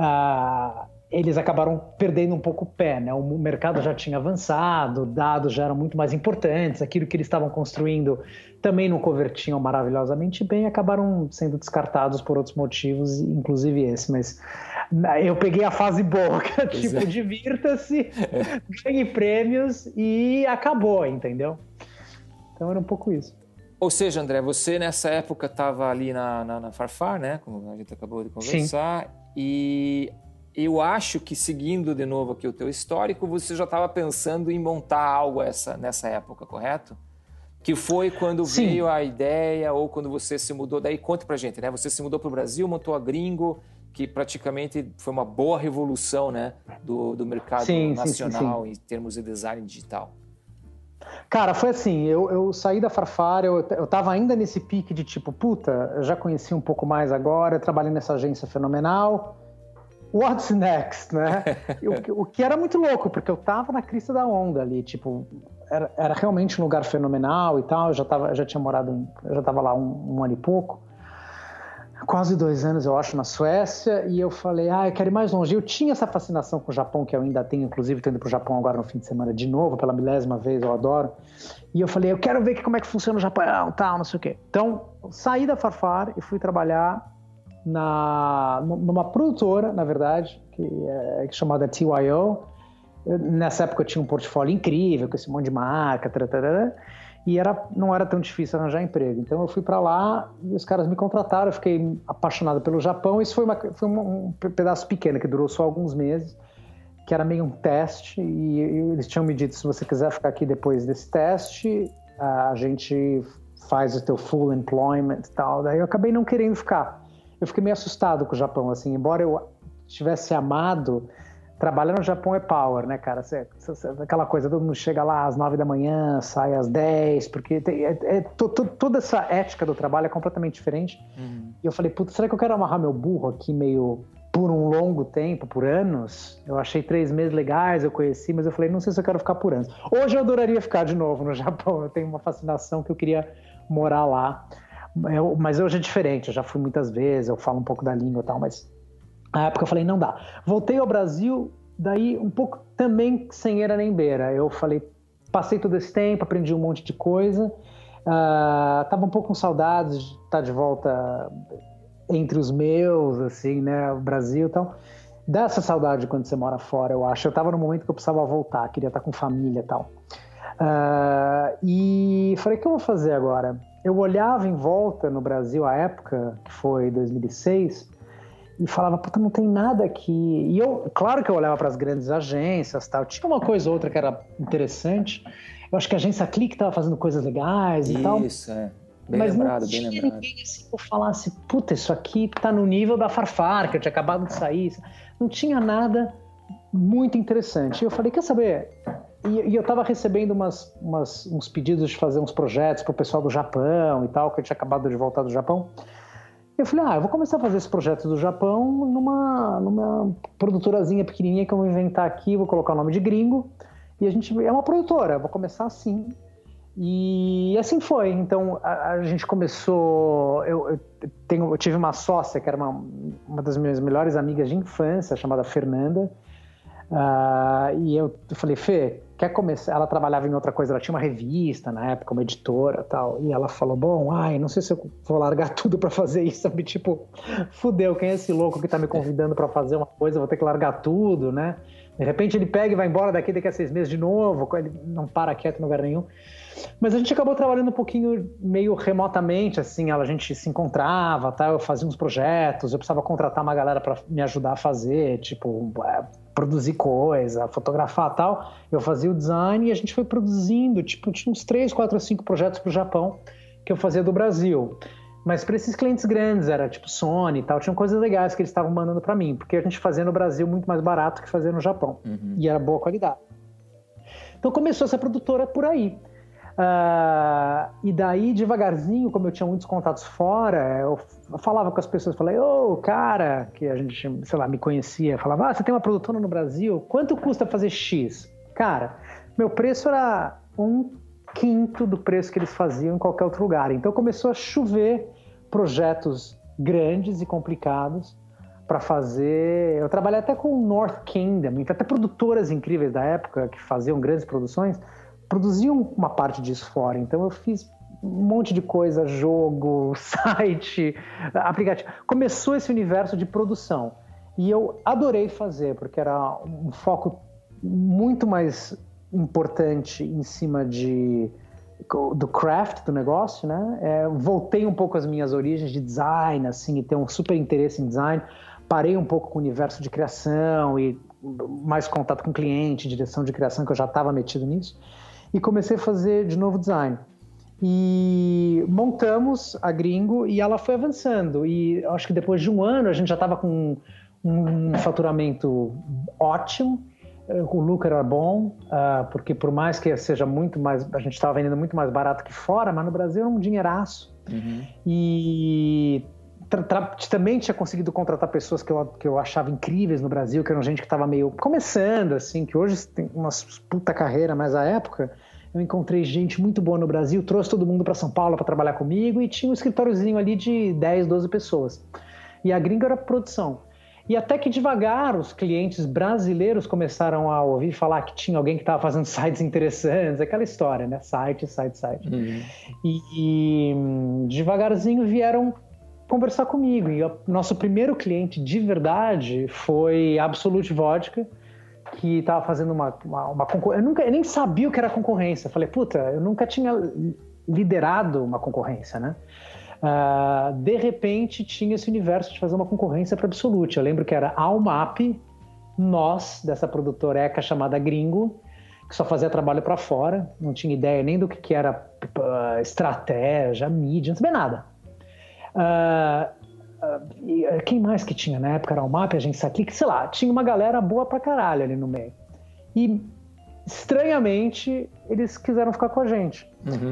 eles acabaram perdendo um pouco o pé, né? O mercado já tinha avançado, dados já eram muito mais importantes, aquilo que eles estavam construindo também não convertiam maravilhosamente bem, acabaram sendo descartados por outros motivos, inclusive esse. Mas eu peguei a fase boa, tipo, divirta-se, ganhe prêmios e acabou, entendeu? Então era um pouco isso. Ou seja, André, você nessa época estava ali na Farfar, né? Como a gente acabou de conversar. Sim. E eu acho que, seguindo de novo aqui o teu histórico, você já estava pensando em montar algo nessa época, correto? Que foi quando Sim. veio a ideia, ou quando você se mudou. Daí, conta pra gente, né? Você se mudou para o Brasil, montou a Gringo, que praticamente foi uma boa revolução, né? Do mercado nacional em termos de design digital. Cara, foi assim, eu saí da Farfar, eu tava ainda nesse pique de tipo, puta, eu já conheci um pouco mais agora, eu trabalhei nessa agência fenomenal, what's next, né? o que era muito louco, porque eu tava na crista da onda ali, tipo, era realmente um lugar fenomenal e tal, eu já tava lá um ano e pouco, quase 2 anos, eu acho, na Suécia, e eu falei, eu quero ir mais longe. Eu tinha essa fascinação com o Japão, que eu ainda tenho, inclusive, tô indo pro Japão agora no fim de semana de novo, pela 1000ª vez, eu adoro. E eu falei, eu quero ver como é que funciona o Japão, tal, não sei o quê. Então, saí da Farfar e fui trabalhar numa produtora, na verdade, que é chamada TYO. Nessa época eu tinha um portfólio incrível, com esse monte de marca, e não era tão difícil arranjar emprego. Então eu fui para lá e os caras me contrataram, eu fiquei apaixonado pelo Japão. Isso foi um pedaço pequeno, que durou só alguns meses, que era meio um teste, e eles tinham me dito, se você quiser ficar aqui depois desse teste, a gente faz o teu full employment e tal. Daí eu acabei não querendo ficar. Eu fiquei meio assustado com o Japão, assim, embora eu tivesse amado. Trabalhar no Japão é power, né, cara? Aquela coisa, todo mundo chega lá às 9 da manhã, sai às 10, porque toda essa ética do trabalho é completamente diferente. Uhum. E eu falei, putz, será que eu quero amarrar meu burro aqui meio por um longo tempo, por anos? Eu achei 3 meses legais, eu conheci, mas eu falei, não sei se eu quero ficar por anos. Hoje eu adoraria ficar de novo no Japão, eu tenho uma fascinação que eu queria morar lá. Mas hoje é diferente, eu já fui muitas vezes, eu falo um pouco da língua e tal, mas na época eu falei, não dá. Voltei ao Brasil, daí um pouco também sem eira nem beira. Eu falei, passei todo esse tempo, aprendi um monte de coisa. Tava um pouco com saudades de estar de volta entre os meus, assim, né, o Brasil e tal. Dá essa saudade quando você mora fora, eu acho. Eu tava no momento que eu precisava voltar, queria estar com família e tal. E falei, o que eu vou fazer agora? Eu olhava em volta no Brasil, à época, que foi 2006... e falava, puta, não tem nada aqui. E eu, claro que eu olhava para as grandes agências, tal. Tinha uma coisa ou outra que era interessante. Eu acho que a agência Clique estava fazendo coisas legais e tal. Isso, bem Mas lembrado, não bem tinha lembrado. ninguém assim que eu falasse, puta, isso aqui tá no nível da Farfar, que eu tinha acabado de sair. Não tinha nada muito interessante. E eu falei, quer saber? E eu estava recebendo uns pedidos de fazer uns projetos para o pessoal do Japão e tal, que eu tinha acabado de voltar do Japão. Eu falei, eu vou começar a fazer esse projeto do Japão numa produtorazinha pequenininha que eu vou inventar aqui, vou colocar o nome de Gringo. E a gente é uma produtora, vou começar assim. E assim foi. Então a gente começou. Eu tive uma sócia que era uma das minhas melhores amigas de infância, chamada Fernanda. E eu falei, Fê, quer começar? Ela trabalhava em outra coisa, ela tinha uma revista na época, uma editora e tal. E ela falou, bom, não sei se eu vou largar tudo pra fazer isso, sabe? Tipo, fudeu, quem é esse louco que tá me convidando pra fazer uma coisa, eu vou ter que largar tudo, né? De repente ele pega e vai embora daqui a 6 meses de novo, ele não para quieto em lugar nenhum. Mas a gente acabou trabalhando um pouquinho meio remotamente, assim, a gente se encontrava, tá? Eu fazia uns projetos, eu precisava contratar uma galera para me ajudar a fazer, tipo, produzir coisa, fotografar e tal. Eu fazia o design e a gente foi produzindo, tipo, tinha uns 3, 4, 5 projetos pro Japão que eu fazia do Brasil. Mas para esses clientes grandes, era tipo Sony e tal, tinham coisas legais que eles estavam mandando para mim, porque a gente fazia no Brasil muito mais barato que fazia no Japão. E era boa qualidade. Então começou essa produtora por aí. E daí, devagarzinho, como eu tinha muitos contatos fora, eu falava com as pessoas, falei, cara, que a gente, sei lá, me conhecia, falava, você tem uma produtora no Brasil, quanto custa fazer X? Cara, meu preço era 1/5 do preço que eles faziam em qualquer outro lugar. Então começou a chover projetos grandes e complicados para fazer. Eu trabalhei até com o North Kingdom, até produtoras incríveis da época que faziam grandes produções, produziam uma parte disso fora. Então eu fiz um monte de coisa, jogo, site, aplicativo. Começou esse universo de produção. E eu adorei fazer, porque era um foco muito mais importante em cima do craft do negócio, né? Voltei um pouco às minhas origens de design, assim, e ter um super interesse em design. Parei um pouco com o universo de criação e mais contato com cliente, direção de criação, que eu já estava metido nisso. E comecei a fazer de novo design. E montamos a Gringo e ela foi avançando. E acho que depois de um ano a gente já estava com um faturamento ótimo. O lucro era bom, porque por mais que seja muito mais... A gente estava vendendo muito mais barato que fora, mas no Brasil era um dinheiraço. E também tinha conseguido contratar pessoas que eu achava incríveis no Brasil, que eram gente que estava meio começando, assim, que hoje tem uma puta carreira, mas à época eu encontrei gente muito boa no Brasil, trouxe todo mundo para São Paulo para trabalhar comigo e tinha um escritóriozinho ali de 10, 12 pessoas. E a Gringo era produção. E até que devagar os clientes brasileiros começaram a ouvir falar que tinha alguém que estava fazendo sites interessantes, aquela história, né? Site. E devagarzinho vieram conversar comigo. E o nosso primeiro cliente de verdade foi Absolute Vodka, que estava fazendo uma concorrência. Eu nem sabia o que era concorrência. Eu falei, puta, eu nunca tinha liderado uma concorrência, né? De repente tinha esse universo de fazer uma concorrência para Absolute. Eu lembro que era Almap, nós, dessa produtora ECA chamada Gringo, que só fazia trabalho para fora, não tinha ideia nem do que era estratégia, mídia, não sabia nada. Quem mais que tinha na época? Era o Almap, a Agência Clique, sei lá, tinha uma galera boa pra caralho ali no meio. E, estranhamente, eles quiseram ficar com a gente.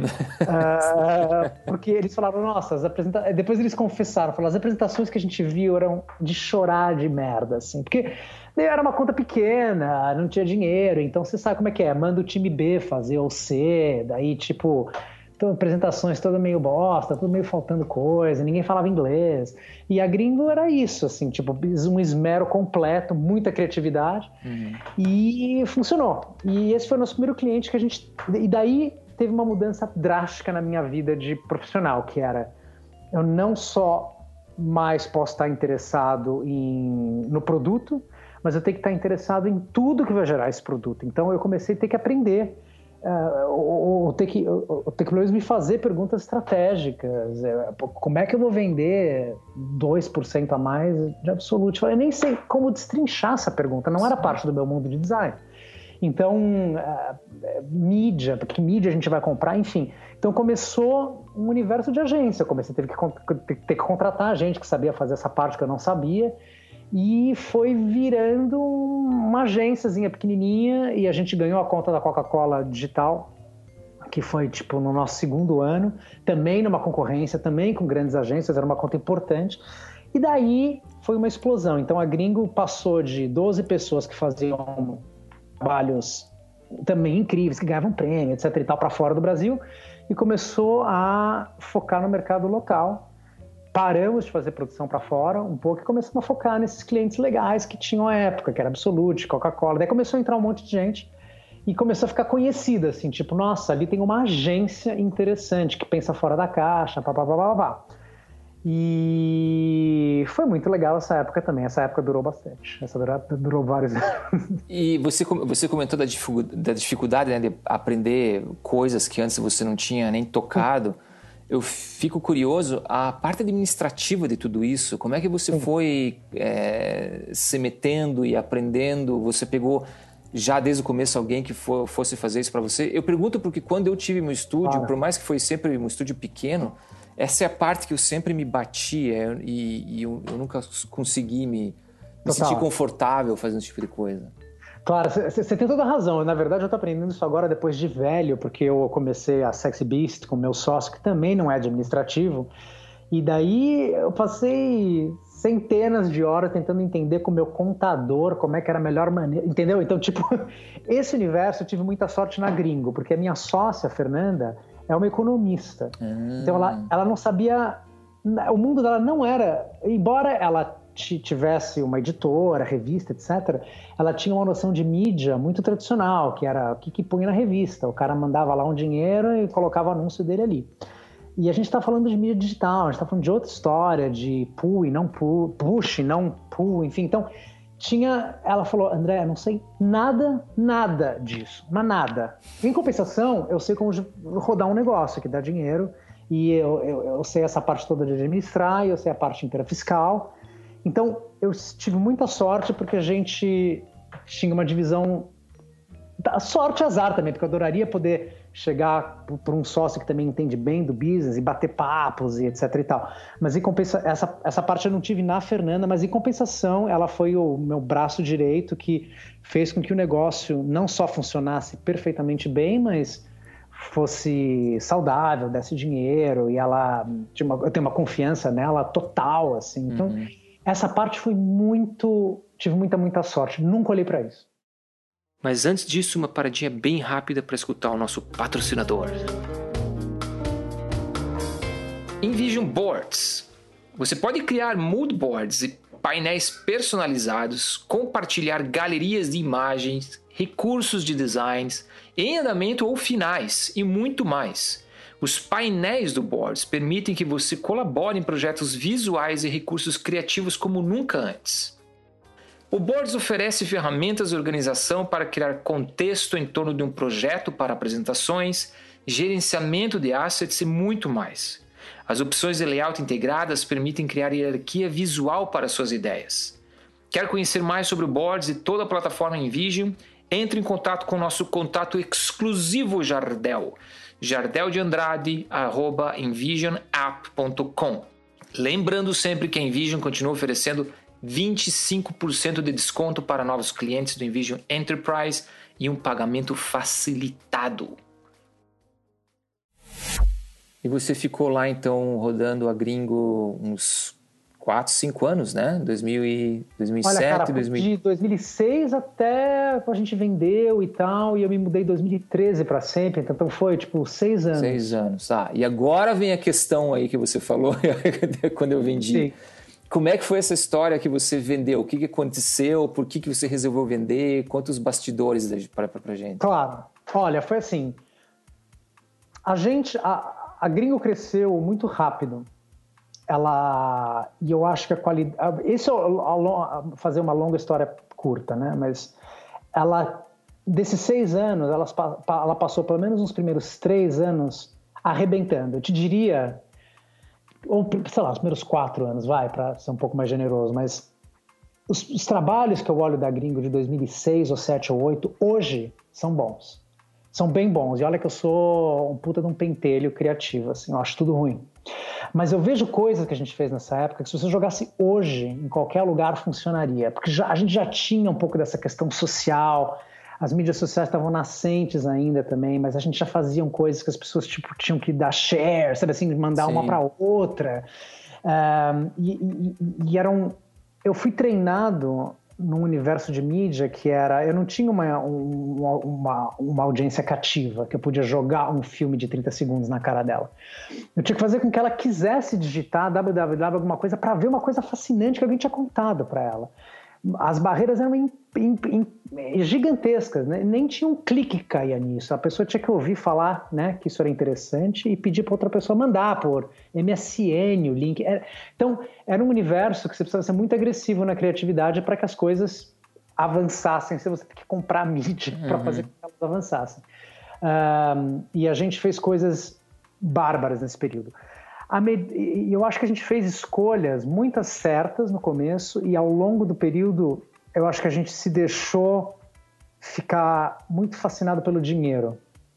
Porque eles falaram, nossa, depois eles confessaram, falaram, as apresentações que a gente viu eram de chorar de merda, assim, porque era uma conta pequena, não tinha dinheiro, então você sabe como é que é, manda o time B fazer o C, daí tipo... apresentações toda meio bosta, tudo meio faltando coisa, ninguém falava inglês. E a Gringo era isso, assim, tipo, um esmero completo, muita criatividade. E funcionou. E esse foi o nosso primeiro cliente que a gente... E daí teve uma mudança drástica na minha vida de profissional, que era, eu não só mais posso estar interessado no produto, mas eu tenho que estar interessado em tudo que vai gerar esse produto. Então eu comecei a ter que aprender ou ter que pelo menos me fazer perguntas estratégicas. Como é que eu vou vender 2% a mais de Absolute? Eu nem sei como destrinchar essa pergunta, não era parte do meu mundo de design. Então, mídia, porque mídia a gente vai comprar, enfim. Então começou um universo de agência, eu comecei a ter que contratar gente que sabia fazer essa parte que eu não sabia, e foi virando uma agênciazinha pequenininha, e a gente ganhou a conta da Coca-Cola digital, que foi tipo no nosso segundo ano, também numa concorrência, também com grandes agências, era uma conta importante, e daí foi uma explosão. Então a Gringo passou de 12 pessoas que faziam trabalhos também incríveis, que ganhavam prêmio, etc e tal, para fora do Brasil, e começou a focar no mercado local. Paramos de fazer produção para fora um pouco e começamos a focar nesses clientes legais que tinham à época, que era Absolute, Coca-Cola. Daí começou a entrar um monte de gente e começou a ficar conhecida, assim, tipo, nossa, ali tem uma agência interessante que pensa fora da caixa, papapá. E foi muito legal essa época também. Essa época durou bastante. Essa durou vários anos. E você comentou da dificuldade, né, de aprender coisas que antes você não tinha nem tocado. Eu fico curioso, a parte administrativa de tudo isso, como é que você foi se metendo e aprendendo? Você pegou já desde o começo alguém que fosse fazer isso para você? Eu pergunto porque quando eu tive meu estúdio, por mais que foi sempre um estúdio pequeno, essa é a parte que eu sempre me batia e eu nunca consegui me sentir confortável fazendo esse tipo de coisa. Claro, você tem toda a razão. Na verdade, eu estou aprendendo isso agora depois de velho, porque eu comecei a Sexy Beast com meu sócio, que também não é administrativo, e daí eu passei centenas de horas tentando entender com o meu contador como é que era a melhor maneira, entendeu? Então, tipo, esse universo eu tive muita sorte na Gringo, porque a minha sócia, Fernanda, é uma economista. Então ela não sabia, o mundo dela não era, embora ela tivesse uma editora, revista, etc., ela tinha uma noção de mídia muito tradicional, que era o que punha na revista. O cara mandava lá um dinheiro e colocava o anúncio dele ali. E a gente está falando de mídia digital, a gente está falando de outra história, de pull e não pull, push e não pull, enfim. Então, ela falou, André, eu não sei nada disso, mas nada. Em compensação, eu sei como rodar um negócio que dá dinheiro, e eu sei essa parte toda de administrar, e eu sei a parte inteira fiscal. Então, eu tive muita sorte porque a gente tinha uma divisão... Sorte e azar também, porque eu adoraria poder chegar por um sócio que também entende bem do business e bater papos e etc e tal. Mas essa parte eu não tive na Fernanda, mas em compensação ela foi o meu braço direito que fez com que o negócio não só funcionasse perfeitamente bem, mas fosse saudável, desse dinheiro, e eu tenho uma confiança nela total, assim. Então, essa parte foi tive muita sorte. Nunca olhei para isso. Mas antes disso, uma paradinha bem rápida para escutar o nosso patrocinador. Envision Boards. Você pode criar mood boards e painéis personalizados, compartilhar galerias de imagens, recursos de designs, em andamento ou finais e muito mais. Os painéis do Boards permitem que você colabore em projetos visuais e recursos criativos como nunca antes. O Boards oferece ferramentas de organização para criar contexto em torno de um projeto para apresentações, gerenciamento de assets e muito mais. As opções de layout integradas permitem criar hierarquia visual para suas ideias. Quer conhecer mais sobre o Boards e toda a plataforma Envision? Entre em contato com o nosso contato exclusivo Jardel, jardeldeandrade@envisionapp.com. Lembrando sempre que a Envision continua oferecendo 25% de desconto para novos clientes do Envision Enterprise e um pagamento facilitado. E você ficou lá então rodando a Gringo uns 4, 5 anos, né? 2007, Olha, cara, de 2006 até a gente vendeu e tal, e eu me mudei em 2013 para sempre, então foi tipo 6 anos. 6 anos, tá. E agora vem a questão aí que você falou quando eu vendi. Sim. Como é que foi essa história que você vendeu? O que aconteceu? Por que você resolveu vender? Quantos bastidores pra gente? Claro. Olha, foi assim. A Gringo cresceu muito rápido. E eu acho que a qualidade... Fazer uma longa história curta, né? Mas ela desses 6 anos, ela passou pelo menos uns primeiros 3 anos arrebentando. Eu te diria, ou sei lá, os primeiros 4 anos, para ser um pouco mais generoso, mas os trabalhos que eu olho da Gringo de 2006 ou 7 ou 8, hoje são bons. São bem bons. E olha que eu sou um puta de um pentelho criativo, assim, eu acho tudo ruim. Mas eu vejo coisas que a gente fez nessa época que se você jogasse hoje, em qualquer lugar, funcionaria. Porque a gente já tinha um pouco dessa questão social, as mídias sociais estavam nascentes ainda também, mas a gente já fazia coisas que as pessoas tipo, tinham que dar share, sabe assim, mandar uma para outra. Eu fui treinado num universo de mídia que era... Eu não tinha uma audiência cativa, que eu podia jogar um filme de 30 segundos na cara dela. Eu tinha que fazer com que ela quisesse digitar www alguma coisa para ver uma coisa fascinante que alguém tinha contado para ela. As barreiras eram gigantescas, né? Nem tinha um clique que caía nisso. A pessoa tinha que ouvir falar, né, que isso era interessante e pedir para outra pessoa mandar por MSN o link. Então, era um universo que você precisava ser muito agressivo na criatividade para que as coisas avançassem, se você tem que comprar mídia para fazer com que elas avançassem. E a gente fez coisas bárbaras nesse período. Eu acho que a gente fez escolhas muitas certas no começo e ao longo do período eu acho que a gente se deixou ficar muito fascinado pelo dinheiro.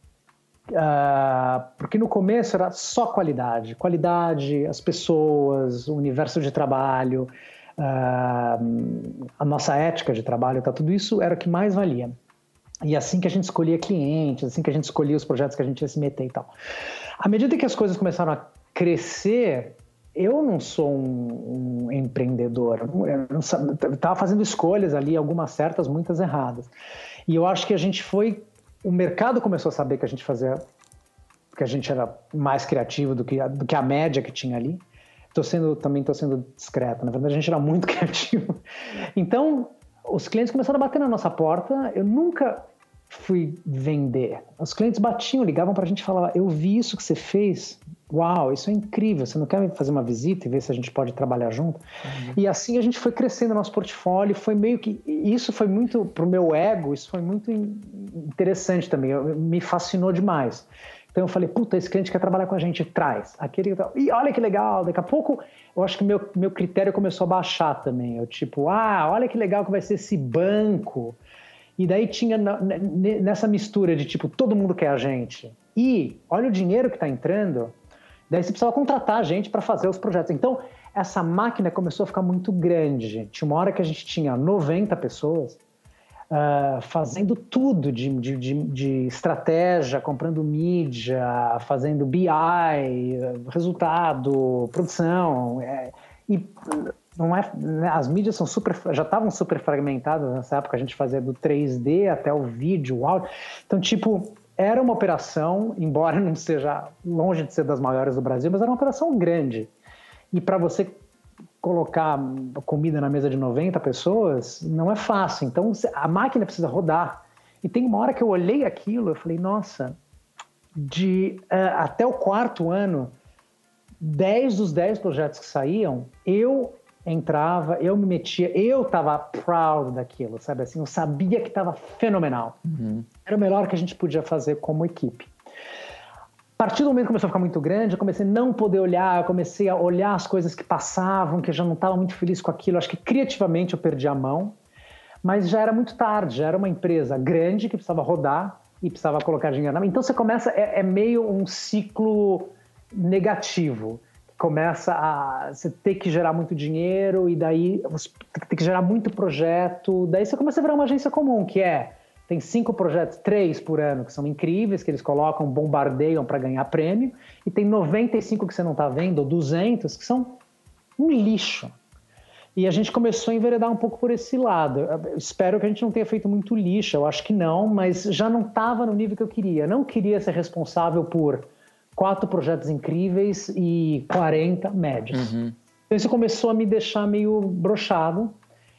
Porque no começo era só qualidade, as pessoas, o universo de trabalho, a nossa ética de trabalho, tudo isso era o que mais valia. E assim que a gente escolhia clientes, assim que a gente escolhia os projetos que a gente ia se meter e tal. À medida que as coisas começaram a crescer, eu não sou um empreendedor. Eu estava fazendo escolhas ali, algumas certas, muitas erradas. E eu acho que o mercado começou a saber que a gente fazia, que a gente era mais criativo do que a média que tinha ali. Também estou sendo discreto. Na verdade, a gente era muito criativo. Então, os clientes começaram a bater na nossa porta. Eu nunca fui vender. Os clientes batiam, ligavam para a gente e falavam: eu vi isso que você fez. Uau, isso é incrível. Você não quer fazer uma visita e ver se a gente pode trabalhar junto? E assim a gente foi crescendo nosso portfólio. Foi meio que... Isso foi muito... Para o meu ego, isso foi muito interessante também. Me fascinou demais. Então eu falei, puta, esse cliente quer trabalhar com a gente, traz. E olha que legal, daqui a pouco eu acho que meu critério começou a baixar também. Eu tipo, olha que legal que vai ser esse banco. E daí tinha nessa mistura de tipo, todo mundo quer a gente. E olha o dinheiro que está entrando. Daí você precisava contratar a gente para fazer os projetos. Então essa máquina começou a ficar muito grande. Tinha uma hora que a gente tinha 90 pessoas fazendo tudo de estratégia, comprando mídia, fazendo BI, resultado, produção. E não é, né, as mídias já estavam super fragmentadas nessa época. A gente fazia do 3D até o vídeo, o áudio. Então, tipo, era uma operação, embora não seja longe de ser das maiores do Brasil, mas era uma operação grande. E para você colocar comida na mesa de 90 pessoas não é fácil. Então, a máquina precisa rodar. E tem uma hora que eu olhei aquilo, eu falei, nossa, até o 4º ano, 10 dos 10 projetos que saíam, eu entrava, eu me metia, eu estava proud daquilo, sabe assim? Eu sabia que estava fenomenal. Era o melhor que a gente podia fazer como equipe. A partir do momento que começou a ficar muito grande, eu comecei a não poder olhar, eu comecei a olhar as coisas que passavam, que eu já não estava muito feliz com aquilo. Acho que criativamente eu perdi a mão, mas já era muito tarde, já era uma empresa grande que precisava rodar e precisava colocar dinheiro na mão. Então você começa, é meio um ciclo negativo. Começa a você ter que gerar muito dinheiro e daí você tem que gerar muito projeto. Daí você começa a virar uma agência comum, que tem 5 projetos, 3 por ano, que são incríveis, que eles colocam, bombardeiam para ganhar prêmio, e tem 95 que você não está vendo, ou 200, que são um lixo. E a gente começou a enveredar um pouco por esse lado. Eu espero que a gente não tenha feito muito lixo, eu acho que não, mas já não estava no nível que eu queria. Não queria ser responsável por 4 projetos incríveis e 40 médios. Então isso começou a me deixar meio broxado.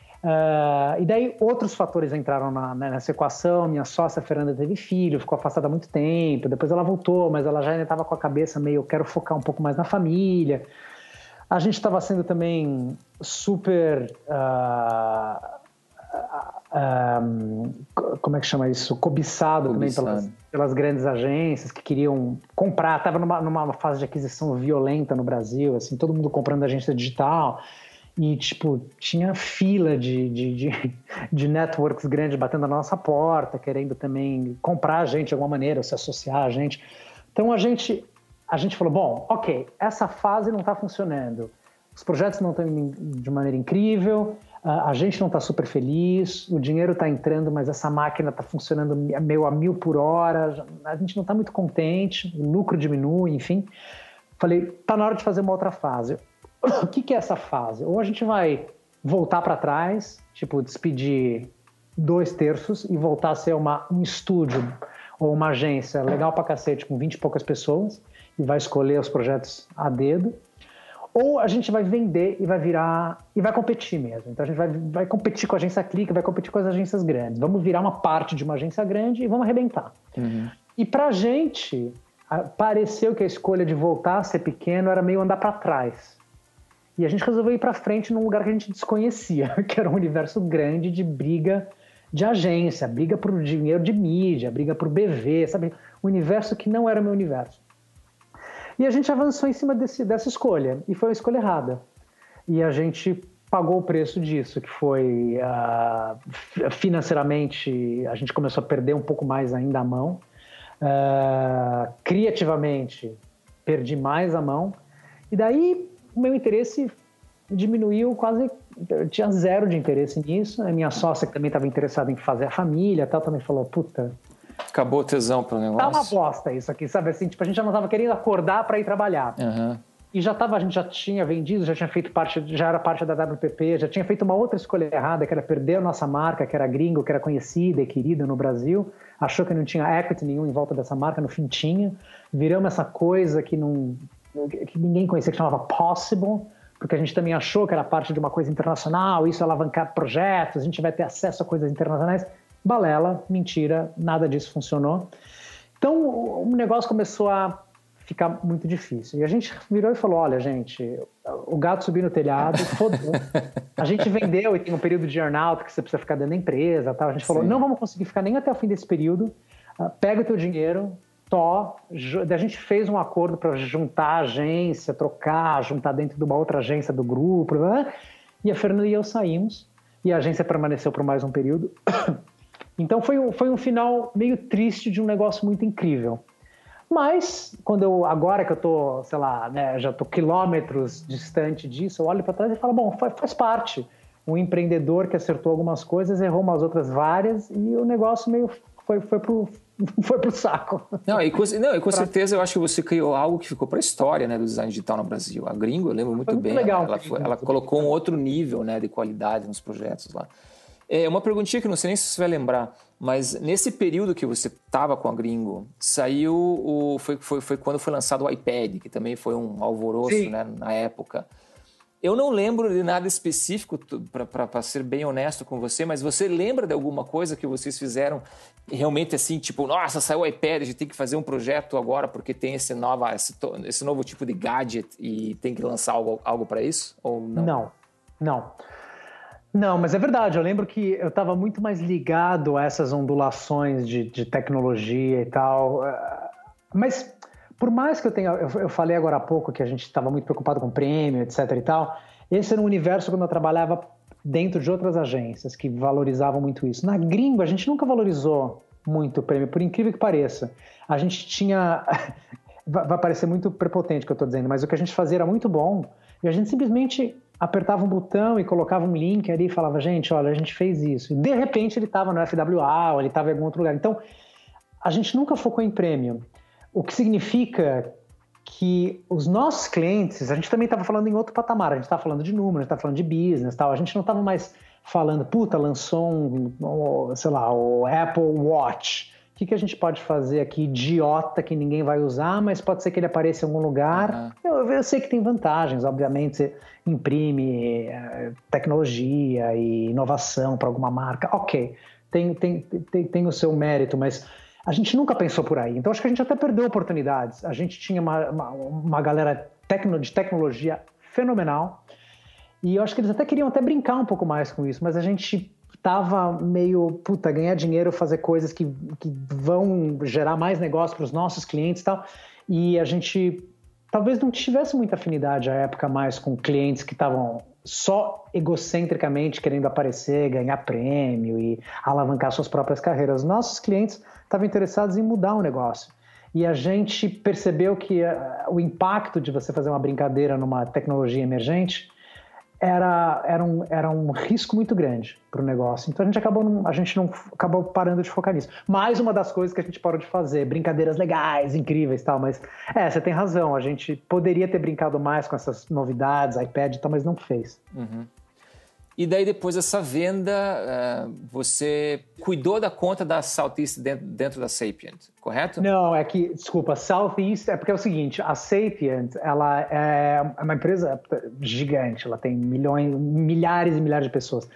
E daí outros fatores entraram nessa equação. Minha sócia Fernanda teve filho, ficou afastada há muito tempo, depois ela voltou, mas ela já ainda estava com a cabeça meio, eu quero focar um pouco mais na família. A gente estava sendo também super como é que chama isso? Cobiçado também pelas grandes agências que queriam comprar. Estava numa fase de aquisição violenta no Brasil, assim, todo mundo comprando agência digital. E, tipo, tinha fila de networks grandes batendo na nossa porta, querendo também comprar a gente de alguma maneira, ou se associar a gente. Então, a gente falou, bom, ok, essa fase não está funcionando. Os projetos não estão indo de maneira incrível, a gente não está super feliz, o dinheiro está entrando, mas essa máquina está funcionando meio a 1000 por hora, a gente não está muito contente, o lucro diminui, enfim. Falei, está na hora de fazer uma outra fase. O que é essa fase? Ou a gente vai voltar para trás, tipo, despedir 2/3 e voltar a ser um estúdio ou uma agência legal pra cacete com 20 e poucas pessoas e vai escolher os projetos a dedo. Ou a gente vai vender e vai virar e vai competir mesmo. Então a gente vai competir com a agência Clique, vai competir com as agências grandes. Vamos virar uma parte de uma agência grande e vamos arrebentar. Uhum. E pra gente, pareceu que a escolha de voltar a ser pequeno era meio andar para trás. E a gente resolveu ir para frente num lugar que a gente desconhecia, que era um universo grande de briga de agência, briga por dinheiro de mídia, briga por BV, sabe? Um universo que não era o meu universo. E a gente avançou em cima dessa escolha, e foi uma escolha errada. E a gente pagou o preço disso, que foi financeiramente, a gente começou a perder um pouco mais ainda a mão. Criativamente, perdi mais a mão. E daí o meu interesse diminuiu quase, eu tinha zero de interesse nisso. A minha sócia, que também estava interessada em fazer a família, tal, também falou, puta... Acabou o tesão pro negócio. Tá uma bosta isso aqui, sabe? Assim, tipo, a gente já não estava querendo acordar para ir trabalhar. Uhum. E a gente já tinha vendido, já tinha feito parte, já era parte da WPP, já tinha feito uma outra escolha errada, que era perder a nossa marca, que era gringo, que era conhecida e querida no Brasil. Achou que não tinha equity nenhum em volta dessa marca, no fim tinha. Viramos essa coisa que ninguém conhecia, que chamava Possible, porque a gente também achou que era parte de uma coisa internacional, isso alavancar projetos, a gente vai ter acesso a coisas internacionais. Balela, mentira, nada disso funcionou. Então o negócio começou a ficar muito difícil. E a gente virou e falou, olha, gente, o gato subiu no telhado, fodeu. A gente vendeu e tem um período de earn-out que você precisa ficar dentro da empresa. Tal. A gente falou, não vamos conseguir ficar nem até o fim desse período, pega o teu dinheiro, a gente fez um acordo para juntar a agência, trocar, juntar dentro de uma outra agência do grupo, e a Fernanda e eu saímos, e a agência permaneceu por mais um período. Então foi um final meio triste de um negócio muito incrível. Mas, agora que eu tô, sei lá, né, já tô quilômetros distante disso, eu olho para trás e falo, bom, faz parte. Um empreendedor que acertou algumas coisas, errou umas outras várias, e o negócio meio foi pro saco. Com certeza eu acho que você criou algo que ficou para a história, né, do design digital no Brasil. A Gringo, eu lembro muito bem. Legal, ela colocou um outro nível, né, de qualidade nos projetos lá. Uma perguntinha que não sei nem se você vai lembrar, mas nesse período que você estava com a Gringo, foi quando foi lançado o iPad, que também foi um alvoroço, né, na época. Eu não lembro de nada específico, para ser bem honesto com você, mas você lembra de alguma coisa que vocês fizeram realmente assim, tipo, nossa, saiu o iPad, a gente tem que fazer um projeto agora porque tem esse novo tipo de gadget e tem que lançar algo para isso? Ou não? Não, mas é verdade, eu lembro que eu estava muito mais ligado a essas ondulações de tecnologia e tal, mas por mais que eu falei agora há pouco que a gente estava muito preocupado com prêmio, etc e tal, esse era um universo quando eu trabalhava dentro de outras agências que valorizavam muito isso. Na Gringo, a gente nunca valorizou muito o prêmio, por incrível que pareça. A gente tinha... Vai parecer muito prepotente o que eu estou dizendo, mas o que a gente fazia era muito bom e a gente simplesmente apertava um botão e colocava um link ali e falava, gente, olha, a gente fez isso. E de repente ele estava no FWA ou ele estava em algum outro lugar. Então, a gente nunca focou em prêmio. O que significa que os nossos clientes, a gente também estava falando em outro patamar, a gente estava falando de números, a gente estava falando de business, tal. A gente não estava mais falando, lançou o Apple Watch. O que a gente pode fazer aqui idiota que ninguém vai usar, mas pode ser que ele apareça em algum lugar. Uhum. Eu sei que tem vantagens, obviamente, você imprime tecnologia e inovação para alguma marca. Ok, tem o seu mérito, mas a gente nunca pensou por aí. Então acho que a gente até perdeu oportunidades. A gente tinha uma galera de tecnologia fenomenal e eu acho que eles até queriam brincar um pouco mais com isso, mas a gente tava meio, ganhar dinheiro, fazer coisas que vão gerar mais negócio para os nossos clientes e tal. E a gente talvez não tivesse muita afinidade à época mais com clientes que estavam só egocentricamente querendo aparecer, ganhar prêmio e alavancar suas próprias carreiras. Nossos clientes estavam interessados em mudar o negócio. E a gente percebeu que o impacto de você fazer uma brincadeira numa tecnologia emergente era um risco muito grande para o negócio. Então a gente não acabou parando de focar nisso. Mais uma das coisas que a gente parou de fazer, brincadeiras legais, incríveis e tal, mas você tem razão, a gente poderia ter brincado mais com essas novidades, iPad e tal, mas não fez. Uhum. E daí depois dessa venda, você cuidou da conta da Southeast dentro da Sapient, correto? Não, desculpa, Southeast, porque é o seguinte, a Sapient, ela é uma empresa gigante, ela tem milhares e milhares de pessoas.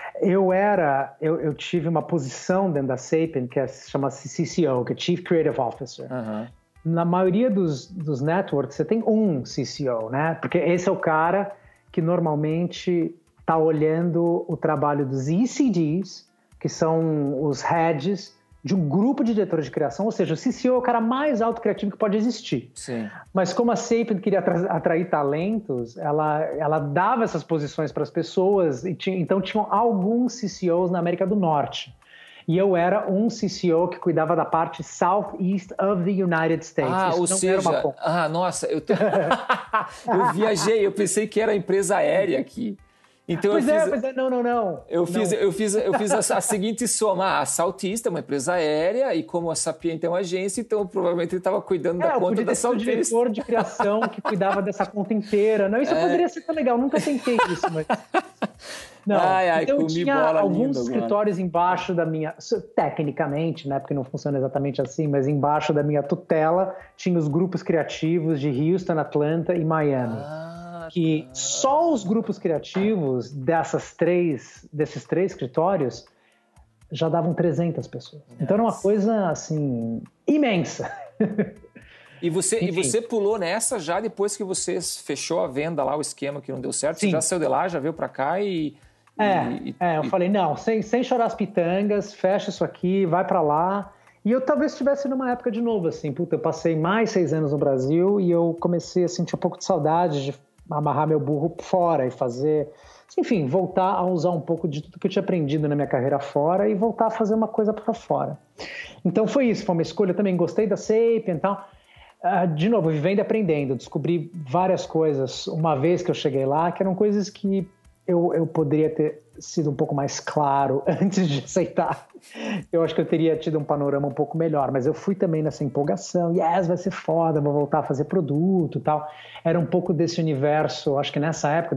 Eu tive uma posição dentro da Sapient que chama-se CCO, que é Chief Creative Officer. Uhum. Na maioria dos networks, você tem um CCO, né? Porque esse é o cara que normalmente está olhando o trabalho dos ECDs, que são os heads de um grupo de diretores de criação, ou seja, o CCO é o cara mais autocriativo que pode existir. Sim. Mas como a Sapient queria atrair talentos, ela dava essas posições para as pessoas, então tinham alguns CCOs na América do Norte. E eu era um CCO que cuidava da parte Southeast of the United States. Ou seja, nossa, eu viajei, eu pensei que era empresa aérea aqui. Então pois é, não. Eu fiz a seguinte soma. A Southeast é uma empresa aérea e como a Sapient é uma agência, então provavelmente ele estava cuidando da conta da Southeast. Eu diretor de criação que cuidava dessa conta inteira. Não, isso poderia ser tão legal. Nunca tentei isso, mas... Não. Então eu tinha alguns escritórios embaixo da minha... Tecnicamente, né? Porque não funciona exatamente assim, mas embaixo da minha tutela tinha os grupos criativos de Houston, Atlanta e Miami. Que só os grupos criativos desses três escritórios já davam 300 pessoas. Então era uma coisa, assim, imensa. E você pulou nessa já depois que você fechou a venda lá, o esquema que não deu certo? Sim. Você já saiu de lá, já veio pra cá eu falei, não, sem chorar as pitangas, fecha isso aqui, vai pra lá. E eu talvez estivesse numa época de novo, assim, eu passei mais 6 anos no Brasil e eu comecei a sentir um pouco de saudade de amarrar meu burro fora e fazer, enfim, voltar a usar um pouco de tudo que eu tinha aprendido na minha carreira fora e voltar a fazer uma coisa para fora. Então foi isso, foi uma escolha. Eu também gostei da Sapient e tal. De novo, vivendo e aprendendo, descobri várias coisas uma vez que eu cheguei lá, que eram coisas que eu poderia ter sido um pouco mais claro antes de aceitar. Eu acho que eu teria tido um panorama um pouco melhor, mas eu fui também nessa empolgação, vai ser foda, vou voltar a fazer produto e tal. Era um pouco desse universo, acho que nessa época,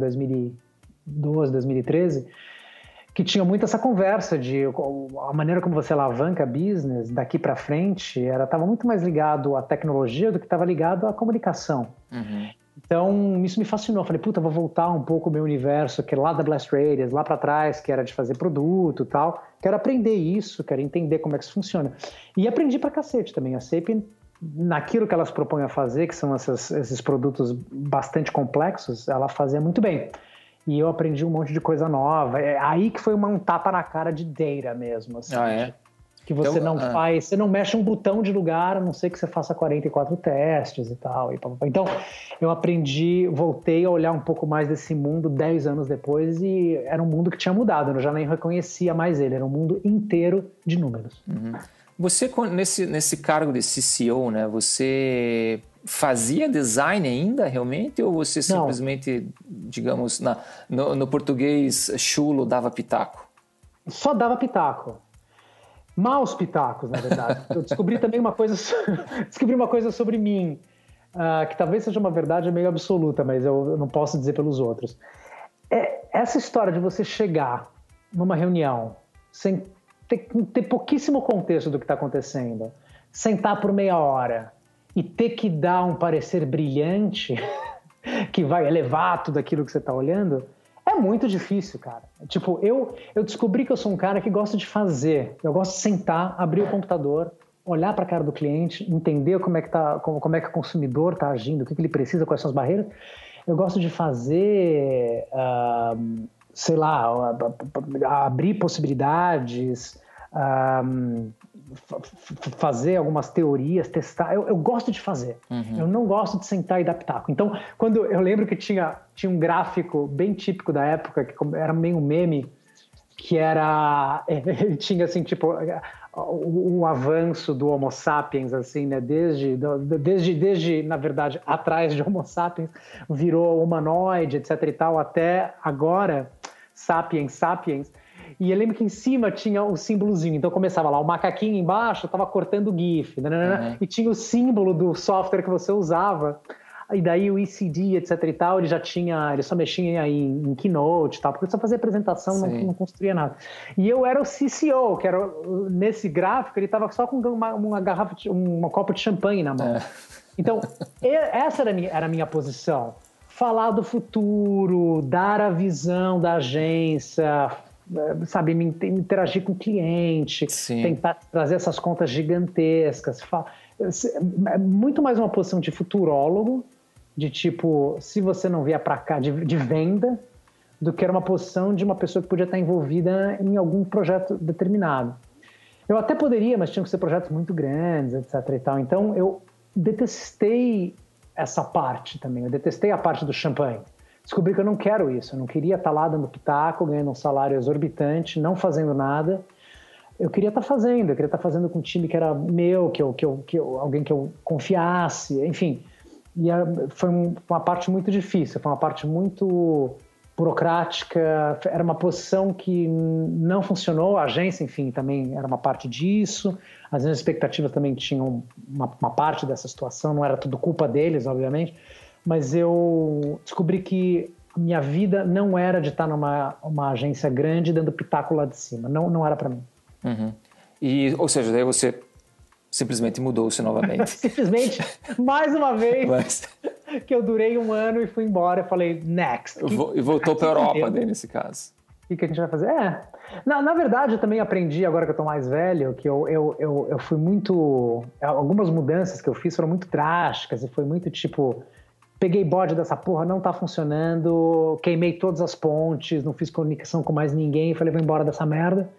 2012, 2013, que tinha muito essa conversa de a maneira como você alavanca business daqui para frente, estava muito mais ligado à tecnologia do que estava ligado à comunicação. Uhum. Então, isso me fascinou. Falei, vou voltar um pouco o meu universo, que é lá da Blast Radius, lá para trás, que era de fazer produto e tal. Quero aprender isso, quero entender como é que isso funciona. E aprendi pra cacete também. A Sapient, naquilo que elas propõem a fazer, que são esses produtos bastante complexos, ela fazia muito bem. E eu aprendi um monte de coisa nova. É aí que foi um tapa na cara de data mesmo. Assim, que você você não mexe um botão de lugar, a não ser que você faça 44 testes e tal. Então, eu voltei a olhar um pouco mais desse mundo 10 anos depois e era um mundo que tinha mudado, eu já nem reconhecia mais ele, era um mundo inteiro de números. Uhum. Você, nesse cargo de CCO, né, você fazia design ainda, realmente? Ou você simplesmente, digamos, no português chulo, dava pitaco? Só dava pitaco. Maus pitacos, na verdade. Eu descobri também uma coisa sobre mim, que talvez seja uma verdade meio absoluta, mas eu não posso dizer pelos outros. Essa história de você chegar numa reunião sem ter pouquíssimo contexto do que está acontecendo, sentar por meia hora e ter que dar um parecer brilhante que vai elevar tudo aquilo que você está olhando, é muito difícil, cara. Tipo, eu descobri que eu sou um cara que gosta de fazer. Eu gosto de sentar, abrir o computador, olhar para a cara do cliente, entender como é que o consumidor está agindo, o que ele precisa, quais são as barreiras. Eu gosto de fazer sei lá, abrir possibilidades, fazer algumas teorias, testar. Eu gosto de fazer. Eu não gosto de sentar e dar pitaco. Então, quando eu lembro que tinha um gráfico bem típico da época, que era meio um meme, que era... Ele tinha, assim, tipo, o avanço do Homo sapiens, assim, né? Desde, na verdade, atrás de Homo sapiens, virou humanoide, etc e tal, até agora, sapiens. E eu lembro que em cima tinha o símbolozinho. Então começava lá, o macaquinho embaixo estava cortando o GIF, e tinha o símbolo do software que você usava. E daí o ECD, etc e tal, ele só mexia em Keynote e tal, porque só fazia apresentação, não construía nada. E eu era o CCO, que era, nesse gráfico, ele estava só com uma garrafa, um copo de champanhe na mão. Então, essa era a minha posição. Falar do futuro, dar a visão da agência, sabe, me interagir com o cliente, tentar trazer essas contas gigantescas. É muito mais uma posição de futurólogo, de tipo, se você não vier para cá, de venda, do que era uma posição de uma pessoa que podia estar envolvida em algum projeto determinado. Eu até poderia, mas tinham que ser projetos muito grandes, etc. e tal. Então, eu detestei essa parte também. Eu detestei a parte do champanhe. Descobri que eu não quero isso. Eu não queria estar lá dando pitaco, ganhando um salário exorbitante, não fazendo nada. Eu queria estar fazendo com um time que era meu, alguém que eu confiasse, enfim. E foi uma parte muito difícil, foi uma parte muito burocrática, era uma posição que não funcionou, a agência, enfim, também era uma parte disso, as minhas expectativas também tinham uma parte dessa situação, não era tudo culpa deles, obviamente, mas eu descobri que a minha vida não era de estar numa agência grande dando pitaco lá de cima, não era para mim. Ou seja, daí você simplesmente mudou-se novamente. Simplesmente, mais uma vez, que eu durei 1 ano e fui embora. Eu falei, next. E voltou para a Europa, daí, nesse caso. O que a gente vai fazer? Na verdade, eu também aprendi, agora que eu estou mais velho, que eu fui muito... Algumas mudanças que eu fiz foram muito drásticas e foi muito tipo... Peguei bode dessa porra, não tá funcionando, queimei todas as pontes, não fiz comunicação com mais ninguém, falei, vou embora dessa merda.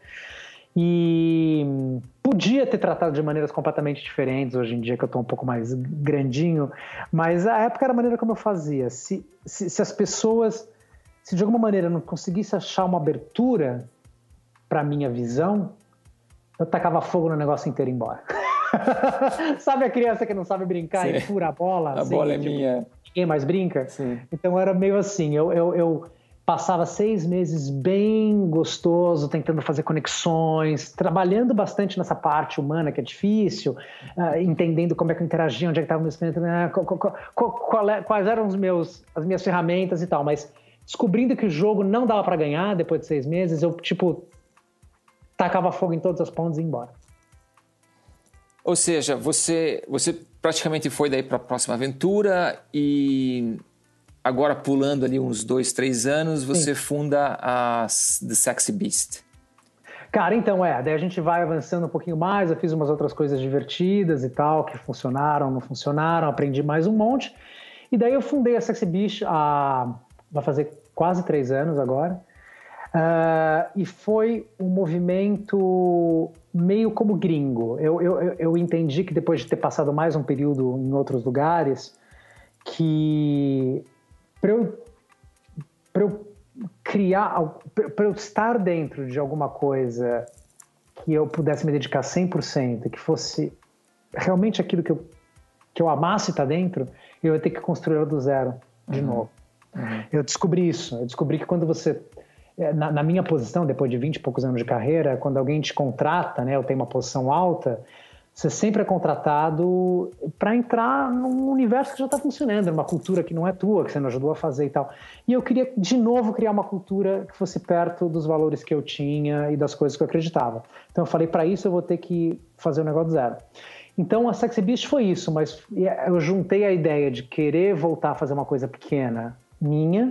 E podia ter tratado de maneiras completamente diferentes hoje em dia, que eu estou um pouco mais grandinho, mas a época era a maneira como eu fazia. Se as pessoas, se de alguma maneira não conseguisse achar uma abertura para a minha visão, eu tacava fogo no negócio inteiro e ia embora. Sabe a criança que não sabe brincar e fura a bola? A bola é minha. Ninguém mais brinca? Sim. Então era meio assim, eu passava 6 meses bem gostoso, tentando fazer conexões, trabalhando bastante nessa parte humana que é difícil, entendendo como é que eu interagia, onde é que estava o meu experimento, quais eram as minhas ferramentas e tal. Mas descobrindo que o jogo não dava para ganhar depois de 6 meses, eu, tipo, tacava fogo em todas as pontas e ia embora. Ou seja, você praticamente foi daí para a próxima aventura e... Agora, pulando ali uns 2, 3 anos, você funda a The Sexy Beast. Cara, então daí a gente vai avançando um pouquinho mais, eu fiz umas outras coisas divertidas e tal, que funcionaram, não funcionaram, aprendi mais um monte. E daí eu fundei a Sexy Beast vai fazer quase 3 anos agora. E foi um movimento meio como gringo. Eu entendi que depois de ter passado mais um período em outros lugares, que... Para eu criar, para eu estar dentro de alguma coisa que eu pudesse me dedicar 100%, que fosse realmente aquilo que eu amasse estar dentro, eu ia ter que construir do zero de novo. Eu descobri isso. Eu descobri que quando você... Na minha posição, depois de 20 e poucos anos de carreira, quando alguém te contrata, né, eu tenho uma posição alta... Você sempre é contratado para entrar num universo que já está funcionando, numa cultura que não é tua, que você não ajudou a fazer e tal. E eu queria, de novo, criar uma cultura que fosse perto dos valores que eu tinha e das coisas que eu acreditava. Então eu falei, para isso eu vou ter que fazer o negócio do zero. Então a Sexy Beast foi isso, mas eu juntei a ideia de querer voltar a fazer uma coisa pequena minha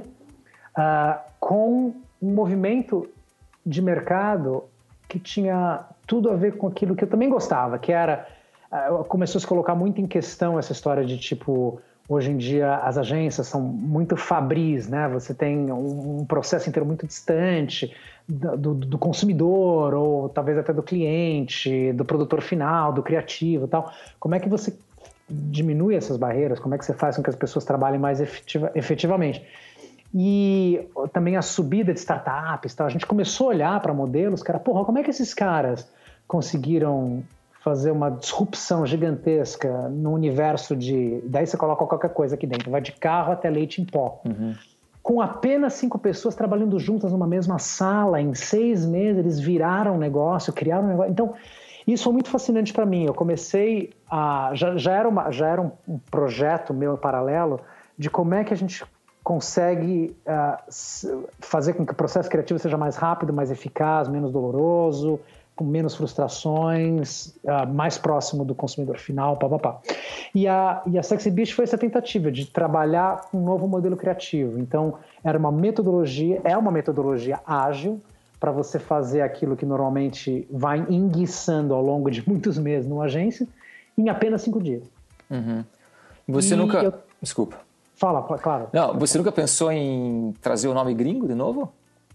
com um movimento de mercado que tinha tudo a ver com aquilo que eu também gostava, que era... Começou a se colocar muito em questão essa história de, tipo, Hoje em dia as agências são muito fabris, né? Você tem um processo inteiro muito distante do consumidor, ou talvez até do cliente, do produtor final, do criativo e tal. Como é que você diminui essas barreiras? Como é que você faz com que as pessoas trabalhem mais efetivamente? E também a subida de startups, tal. A gente começou a olhar para modelos, cara, porra, como é que esses caras conseguiram fazer uma disrupção gigantesca no universo de... Daí você coloca qualquer coisa aqui dentro, vai de carro até leite em pó. Com apenas 5 pessoas trabalhando juntas numa mesma sala, em 6 meses eles viraram um negócio, criaram um negócio. Então, isso foi muito fascinante para mim. Eu comecei a... Já era um projeto meu paralelo de como é que a gente consegue fazer com que o processo criativo seja mais rápido, mais eficaz, menos doloroso, com menos frustrações, mais próximo do consumidor final, pá. E a Sexy Beast foi essa tentativa de trabalhar um novo modelo criativo. Então, é uma metodologia ágil para você fazer aquilo que normalmente vai enguiçando ao longo de muitos meses numa agência em apenas 5 dias. Você Desculpa. Fala, claro. Não, você nunca pensou em trazer o nome gringo de novo?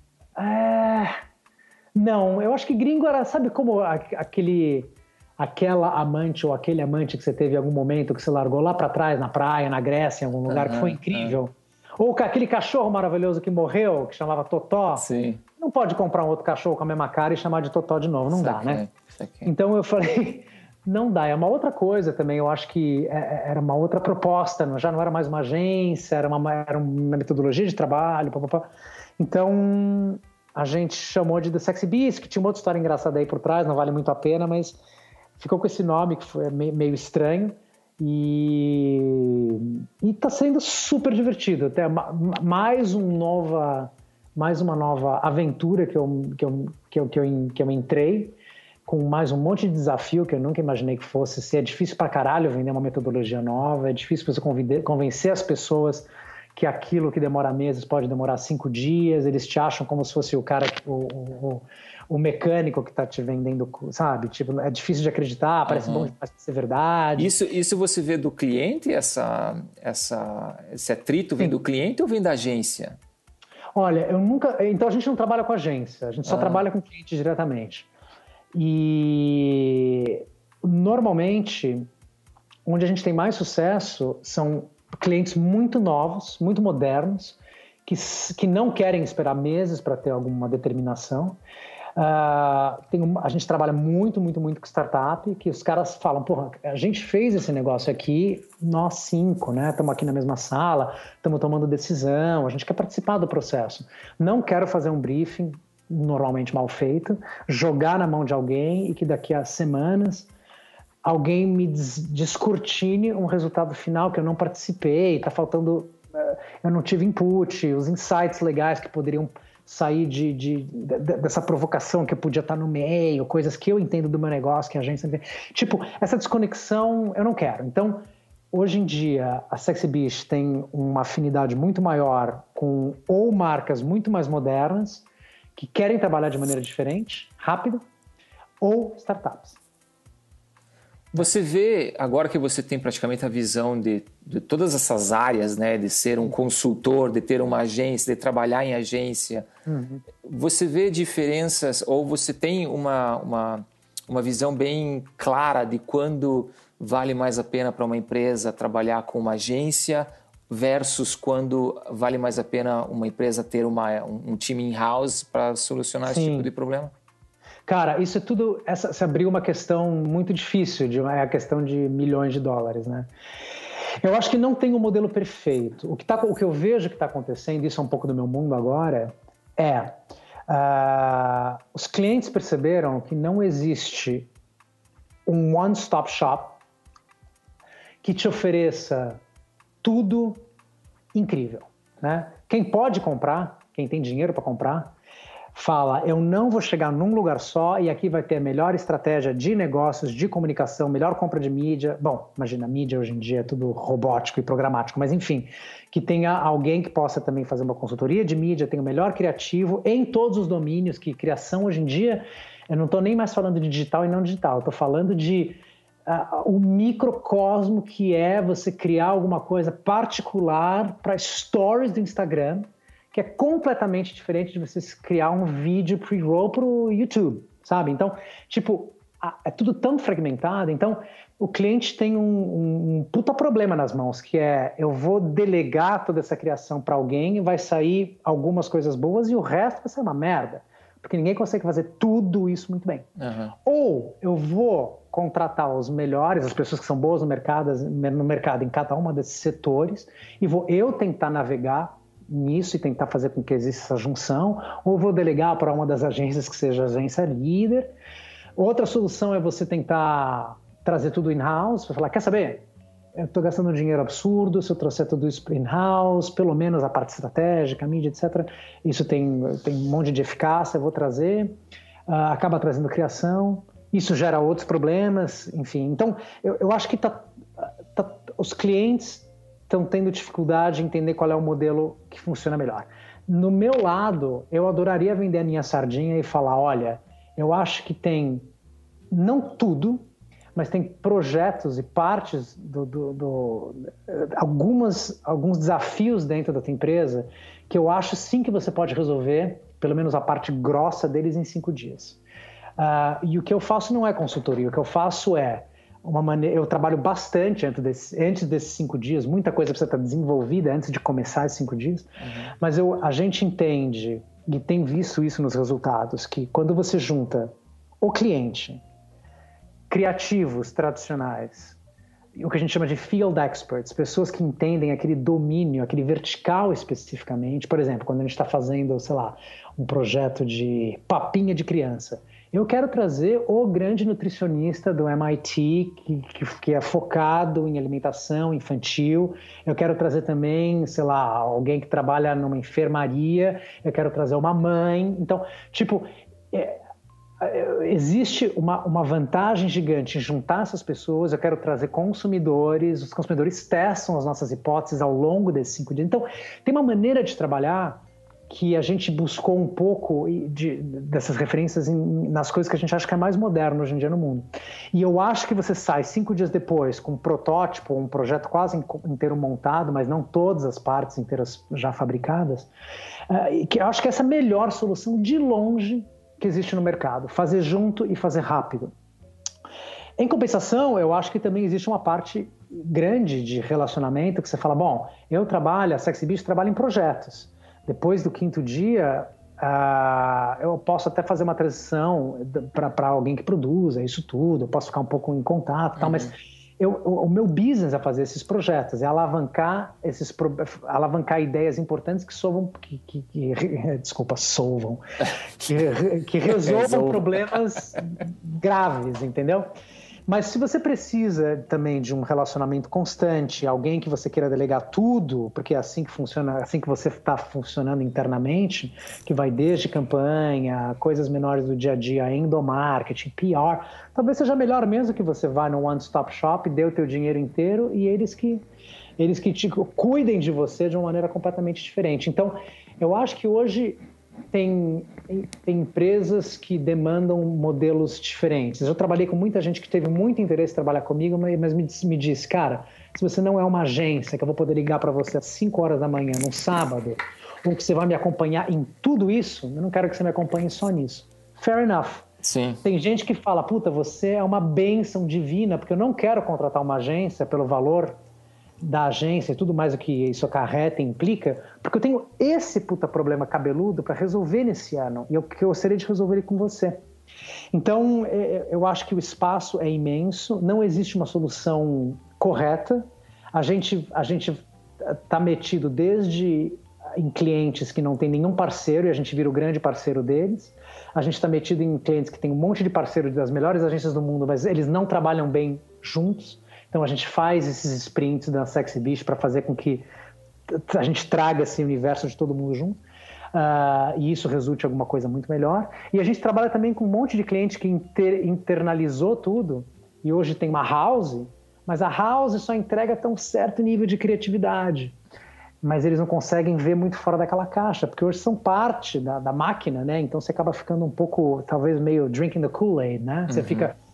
Não, eu acho que gringo era, sabe como aquela amante ou aquele amante que você teve em algum momento que você largou lá para trás, na praia, na Grécia, em algum lugar, que foi incrível? Ou aquele cachorro maravilhoso que morreu, que chamava Totó. Sim. Não pode comprar um outro cachorro com a mesma cara e chamar de Totó de novo, não dá, né? Então eu falei... Não dá, é uma outra coisa também, eu acho que era uma outra proposta, já não era mais uma agência, era uma metodologia de trabalho, papapá. Então a gente chamou de The Sexy Beast, que tinha uma outra história engraçada aí por trás, não vale muito a pena, mas ficou com esse nome que foi meio estranho e tá sendo super divertido, até mais uma nova aventura que eu entrei, com mais um monte de desafio que eu nunca imaginei que fosse ser. É difícil pra caralho vender uma metodologia nova, é difícil você convencer as pessoas que aquilo que demora meses pode demorar 5 dias, eles te acham como se fosse o cara, o mecânico que tá te vendendo, sabe? Tipo, é difícil de acreditar, parece bom demais pra ser verdade. Isso você vê do cliente, esse atrito vem do cliente ou vem da agência? Olha, então a gente não trabalha com agência, a gente só trabalha com cliente diretamente. E normalmente onde a gente tem mais sucesso são clientes muito novos, muito modernos, que não querem esperar meses para ter alguma determinação. A gente trabalha muito com startup, que os caras falam, porra, a gente fez esse negócio aqui, nós 5, né? Estamos aqui na mesma sala, estamos tomando decisão, a gente quer participar do processo. Não quero fazer um briefing normalmente mal feito, jogar na mão de alguém e que daqui a semanas alguém me descortine um resultado final que eu não participei, está faltando, eu não tive input, os insights legais que poderiam sair dessa provocação que eu podia estar no meio, coisas que eu entendo do meu negócio, que a agência entende. Tipo, essa desconexão eu não quero. Então, hoje em dia, a Sexy Beast tem uma afinidade muito maior com ou marcas muito mais modernas, que querem trabalhar de maneira diferente, rápido, ou startups. Você vê, agora que você tem praticamente a visão de todas essas áreas, né, de ser um consultor, de ter uma agência, de trabalhar em agência, você vê diferenças ou você tem uma visão bem clara de quando vale mais a pena para uma empresa trabalhar com uma agência versus quando vale mais a pena uma empresa ter um time in-house para solucionar esse tipo de problema? Cara, isso é tudo... Você abriu uma questão muito difícil, é a questão de milhões de dólares, né? Eu acho que não tem um modelo perfeito. O que eu vejo que está acontecendo, isso é um pouco do meu mundo agora, os clientes perceberam que não existe um one-stop shop que te ofereça tudo incrível, né? Quem pode comprar, quem tem dinheiro para comprar, fala, eu não vou chegar num lugar só e aqui vai ter a melhor estratégia de negócios, de comunicação, melhor compra de mídia. Bom, imagina, mídia hoje em dia é tudo robótico e programático, mas enfim, que tenha alguém que possa também fazer uma consultoria de mídia, tenha o melhor criativo em todos os domínios, que criação hoje em dia, eu não estou nem mais falando de digital e não digital, eu estou falando de o microcosmo que é você criar alguma coisa particular para stories do Instagram, que é completamente diferente de você criar um vídeo pre-roll para o YouTube, sabe? Então, tipo, é tudo tão fragmentado. Então, o cliente tem um puta problema nas mãos, que é, eu vou delegar toda essa criação para alguém e vai sair algumas coisas boas e o resto vai ser uma merda. Porque ninguém consegue fazer tudo isso muito bem. Uhum. Ou eu vou contratar os melhores, as pessoas que são boas no mercado em cada uma desses setores, e vou eu tentar navegar nisso e tentar fazer com que exista essa junção, ou vou delegar para uma das agências que seja a agência líder. Outra solução é você tentar trazer tudo in-house, para falar, quer saber? Eu estou gastando um dinheiro absurdo, se eu trouxer tudo isso para in-house, pelo menos a parte estratégica, a mídia, etc., isso tem um monte de eficácia, eu vou trazer, acaba trazendo criação, isso gera outros problemas, enfim. Então, eu acho que os clientes estão tendo dificuldade em entender qual é o modelo que funciona melhor. No meu lado, eu adoraria vender a minha sardinha e falar, olha, eu acho que tem, não tudo, mas tem projetos e partes, alguns desafios dentro da tua empresa que eu acho sim que você pode resolver, pelo menos a parte grossa deles, em 5 dias. E o que eu faço não é consultoria, o que eu faço é eu trabalho bastante antes desses 5 dias, muita coisa precisa estar desenvolvida antes de começar esses 5 dias, mas a gente entende, e tem visto isso nos resultados, que quando você junta o cliente, criativos tradicionais, o que a gente chama de field experts, pessoas que entendem aquele domínio, aquele vertical especificamente. Por exemplo, quando a gente está fazendo, sei lá, um projeto de papinha de criança, eu quero trazer o grande nutricionista do MIT, que é focado em alimentação infantil. Eu quero trazer também, sei lá, alguém que trabalha numa enfermaria. Eu quero trazer uma mãe. Então, tipo, existe uma vantagem gigante em juntar essas pessoas. Eu quero trazer consumidores. Os consumidores testam as nossas hipóteses ao longo desses 5 dias. Então, tem uma maneira de trabalhar que a gente buscou um pouco dessas referências nas coisas que a gente acha que é mais moderno hoje em dia no mundo. E eu acho que você sai 5 dias depois com um protótipo, um projeto quase inteiro montado, mas não todas as partes inteiras já fabricadas, que eu acho que essa é a melhor solução de longe que existe no mercado. Fazer junto e fazer rápido. Em compensação, eu acho que também existe uma parte grande de relacionamento que você fala, bom, a Sexy Beast trabalha em projetos. Depois do 5º dia, eu posso até fazer uma transição para alguém que produza isso tudo, eu posso ficar um pouco em contato, tal, mas o meu business é fazer esses projetos, é alavancar ideias importantes que resolvam problemas graves, entendeu? Mas se você precisa também de um relacionamento constante, alguém que você queira delegar tudo, porque é assim que funciona, assim que você está funcionando internamente, que vai desde campanha, coisas menores do dia a dia, endomarketing, PR, talvez seja melhor mesmo que você vá no one-stop shop, dê o teu dinheiro inteiro e eles que te cuidem de você de uma maneira completamente diferente. Então, eu acho que hoje tem empresas que demandam modelos diferentes. Eu trabalhei com muita gente que teve muito interesse em trabalhar comigo, mas me disse, cara, se você não é uma agência que eu vou poder ligar para você às 5 horas da manhã, num sábado, ou que você vai me acompanhar em tudo isso, eu não quero que você me acompanhe só nisso. Fair enough. Sim. Tem gente que fala, puta, você é uma bênção divina, porque eu não quero contratar uma agência pelo valor da agência e tudo mais o que isso acarreta e implica, porque eu tenho esse puta problema cabeludo para resolver nesse ano, e eu gostaria de resolver ele com você. Então, eu acho que o espaço é imenso, não existe uma solução correta, a gente está metido desde em clientes que não tem nenhum parceiro e a gente vira o grande parceiro deles, a gente está metido em clientes que tem um monte de parceiros das melhores agências do mundo, mas eles não trabalham bem juntos. Então a gente faz esses sprints da Sexy Beast para fazer com que a gente traga esse universo de todo mundo junto e isso resulte em alguma coisa muito melhor. E a gente trabalha também com um monte de cliente que internalizou tudo e hoje tem uma house, mas a house só entrega até um certo nível de criatividade. Mas eles não conseguem ver muito fora daquela caixa, porque hoje são parte da máquina, né? Então você acaba ficando um pouco, talvez meio drinking the Kool-Aid, né? Você fica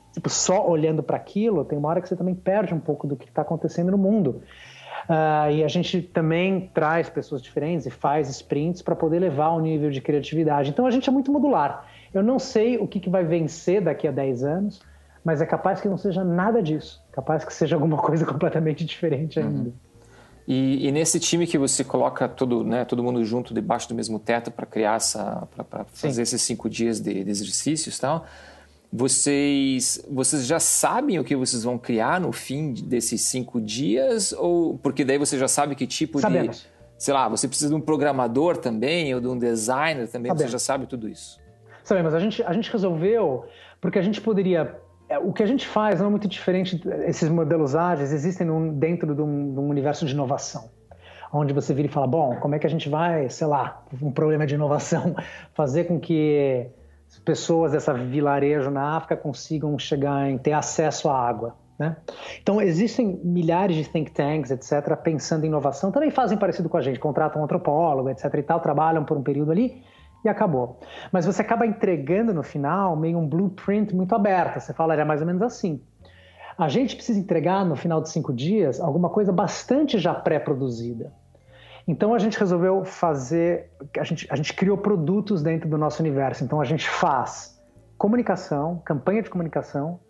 tipo, só olhando para aquilo, tem uma hora que você também perde um pouco do que está acontecendo no mundo. E a gente também traz pessoas diferentes e faz sprints para poder levar um nível de criatividade. Então a gente é muito modular. Eu não sei o que vai vencer daqui a 10 anos, mas é capaz que não seja nada disso. Capaz que seja alguma coisa completamente diferente ainda. E nesse time que você coloca todo mundo junto debaixo do mesmo teto para criar para fazer esses 5 dias de exercícios e tal, vocês já sabem o que vocês vão criar no fim desses 5 dias? Ou porque daí você já sabe que tipo Sabemos. de... Sei lá, você precisa de um programador também ou de um designer também? Sabemos. Você já sabe tudo isso? Sabemos. A gente resolveu porque a gente poderia... O que a gente faz não é muito diferente. Esses modelos ágeis existem dentro de um universo de inovação, onde você vira e fala, bom, como é que a gente vai, sei lá, um problema de inovação, fazer com que pessoas dessa vilarejo na África consigam chegar em ter acesso à água, né? Então, existem milhares de think tanks, etc., pensando em inovação, também fazem parecido com a gente, contratam um antropólogo, etc. e tal, trabalham por um período ali e acabou. Mas você acaba entregando no final meio um blueprint muito aberto. Você fala, era mais ou menos assim. A gente precisa entregar no final de 5 dias alguma coisa bastante já pré-produzida. Então a gente resolveu fazer, a gente criou produtos dentro do nosso universo. Então a gente faz comunicação, campanha de comunicação,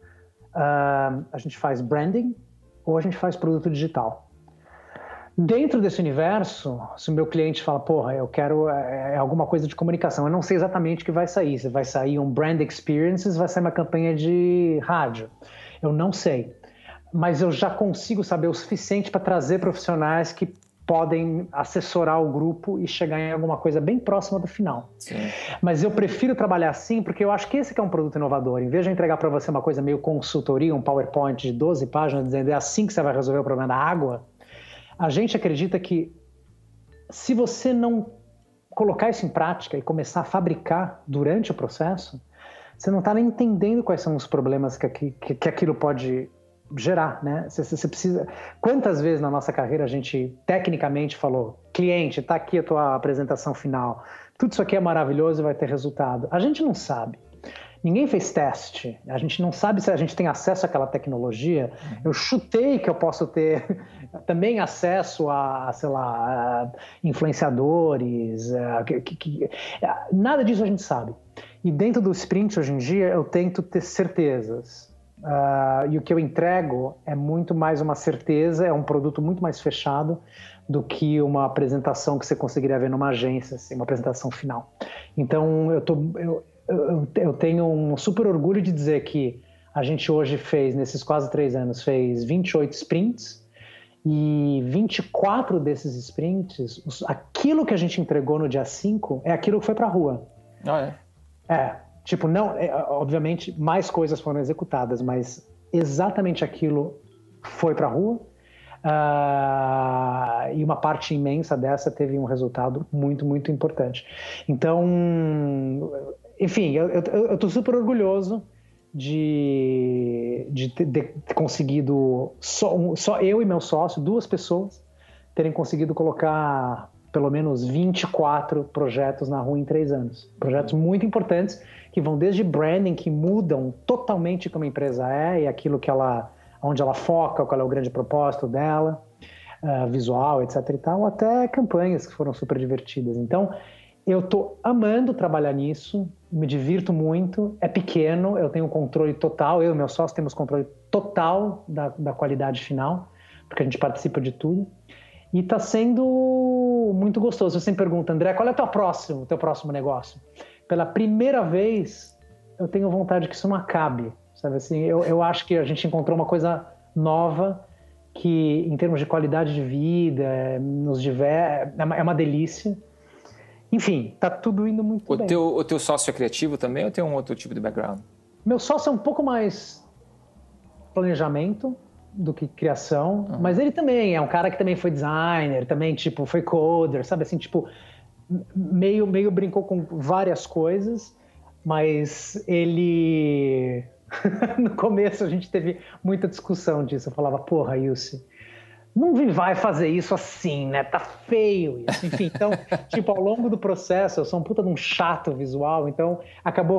a gente faz branding ou a gente faz produto digital. Dentro desse universo, se o meu cliente fala, porra, eu quero alguma coisa de comunicação, eu não sei exatamente o que vai sair. Se vai sair um brand experiences, vai sair uma campanha de rádio. Eu não sei. Mas eu já consigo saber o suficiente para trazer profissionais que podem assessorar o grupo e chegar em alguma coisa bem próxima do final. Sim. Mas eu prefiro trabalhar assim porque eu acho que esse que é um produto inovador. Em vez de entregar para você uma coisa meio consultoria, um PowerPoint de 12 páginas dizendo é assim que você vai resolver o problema da água, a gente acredita que se você não colocar isso em prática e começar a fabricar durante o processo, você não está nem entendendo quais são os problemas que aquilo pode gerar, né? Você precisa... Quantas vezes na nossa carreira a gente tecnicamente falou, cliente, está aqui a tua apresentação final, tudo isso aqui é maravilhoso e vai ter resultado. A gente não sabe. Ninguém fez teste, a gente não sabe se a gente tem acesso àquela tecnologia. Eu chutei que eu posso ter também acesso a, sei lá, a influenciadores, nada disso a gente sabe. E dentro do sprint hoje em dia eu tento ter certezas. E o que eu entrego é muito mais uma certeza, é um produto muito mais fechado do que uma apresentação que você conseguiria ver numa agência, assim, uma apresentação final. Então eu tenho um super orgulho de dizer que a gente hoje fez, nesses quase 3 anos, fez 28 sprints e 24 desses sprints, aquilo que a gente entregou no dia 5 é aquilo que foi para a rua. Tipo, não, obviamente mais coisas foram executadas, mas exatamente aquilo foi para a rua. E uma parte imensa dessa teve um resultado muito, muito importante. Então, enfim, eu estou super orgulhoso de ter conseguido, só eu e meu sócio, 2 pessoas, terem conseguido colocar pelo menos 24 projetos na rua em 3 anos. Projetos muito importantes que vão desde branding, que mudam totalmente como a empresa é e aquilo que onde ela foca, qual é o grande propósito dela, visual, etc. e tal, até campanhas que foram super divertidas. Então, eu estou amando trabalhar nisso, me divirto muito, é pequeno, eu tenho controle total, eu e meu sócio temos controle total da qualidade final, porque a gente participa de tudo, e está sendo muito gostoso. Você me pergunta, André, qual é o teu próximo negócio? Pela primeira vez, eu tenho vontade que isso não acabe, sabe assim? Eu acho que a gente encontrou uma coisa nova que, em termos de qualidade de vida, é uma delícia. Enfim, tá tudo indo muito bem. O teu sócio é criativo também ou tem um outro tipo de background? Meu sócio é um pouco mais planejamento do que criação, mas ele também é um cara que também foi designer, também tipo foi coder, sabe assim, tipo meio brincou com várias coisas, mas ele no começo a gente teve muita discussão disso. Eu falava, porra, Yussi, não vai fazer isso assim, né? Tá feio isso. Enfim, então, tipo, ao longo do processo, eu sou um puta de um chato visual, então acabou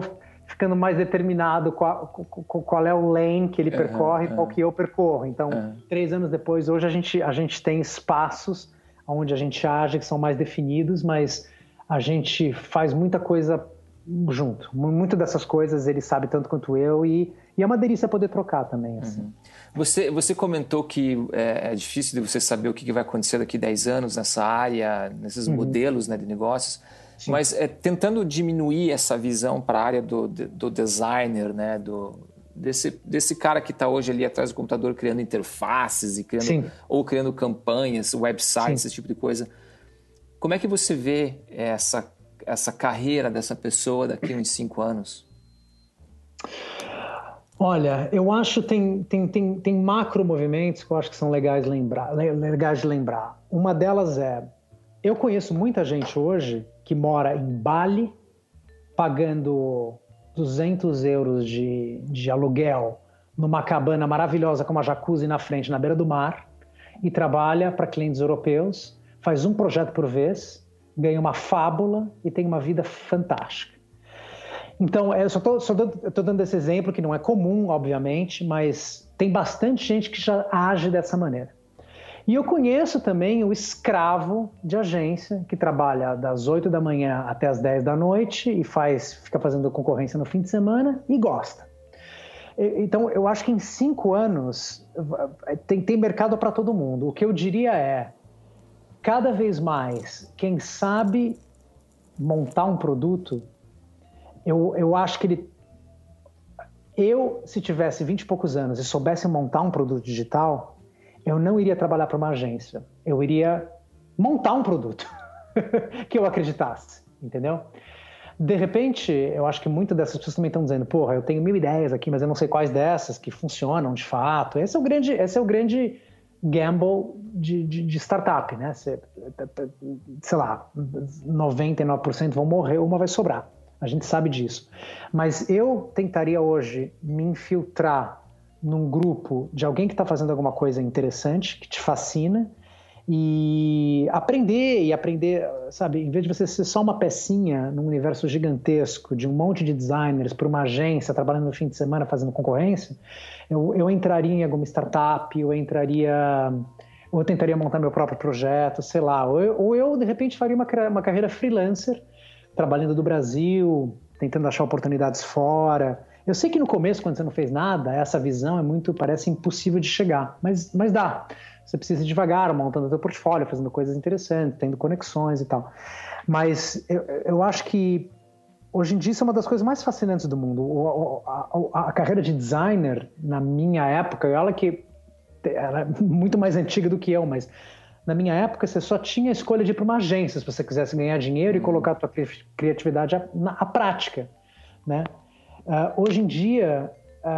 ficando mais determinado qual é o lane que ele percorre, qual que eu percorro. Então, 3 anos depois, hoje a gente tem espaços onde a gente age que são mais definidos, mas a gente faz muita coisa junto. Muitas dessas coisas ele sabe tanto quanto eu e é uma delícia poder trocar também. Assim. Você comentou que é difícil de você saber o que vai acontecer daqui a 10 anos nessa área, nesses modelos, né, de negócios. Sim. Mas tentando diminuir essa visão para a área do designer, né, desse cara que está hoje ali atrás do computador criando interfaces e criando campanhas, websites, esse tipo de coisa. Como é que você vê essa carreira dessa pessoa daqui a uns 5 anos? Olha, eu acho que tem macro movimentos que eu acho que são legais de lembrar. Uma delas eu conheço muita gente hoje que mora em Bali pagando 200 euros de aluguel numa cabana maravilhosa com uma jacuzzi na frente, na beira do mar, e trabalha para clientes europeus, faz um projeto por vez, ganha uma fábula e tem uma vida fantástica. Então, eu estou dando esse exemplo, que não é comum, obviamente, mas tem bastante gente que já age dessa maneira. E eu conheço também o escravo de agência, que trabalha das 8 da manhã até as 10 da noite e fica fazendo concorrência no fim de semana e gosta. Então, eu acho que em 5 anos tem mercado para todo mundo. O que eu diria cada vez mais, quem sabe montar um produto, eu acho que se tivesse 20 e poucos anos e soubesse montar um produto digital, eu não iria trabalhar para uma agência. Eu iria montar um produto que eu acreditasse, entendeu? De repente, eu acho que muitas dessas pessoas também estão dizendo, porra, eu tenho 1000 ideias aqui, mas eu não sei quais dessas que funcionam de fato. Esse é o grande gamble de startup, né? Sei lá, 99% vão morrer, uma vai sobrar. A gente sabe disso. Mas eu tentaria hoje me infiltrar num grupo de alguém que está fazendo alguma coisa interessante, que te fascina, e aprender, sabe? Em vez de você ser só uma pecinha num universo gigantesco de um monte de designers para uma agência trabalhando no fim de semana fazendo concorrência, eu entraria em alguma startup, eu tentaria montar meu próprio projeto, sei lá, ou eu de repente faria uma carreira freelancer, trabalhando do Brasil, tentando achar oportunidades fora. Eu sei que no começo, quando você não fez nada, essa visão parece impossível de chegar, mas dá. Você precisa ir devagar, montando o seu portfólio, fazendo coisas interessantes, tendo conexões e tal. Mas eu acho que hoje em dia isso é uma das coisas mais fascinantes do mundo. A carreira de designer, na minha época, ela é muito mais antiga do que eu, mas na minha época você só tinha a escolha de ir para uma agência se você quisesse ganhar dinheiro e colocar a tua criatividade à prática, né? Hoje em dia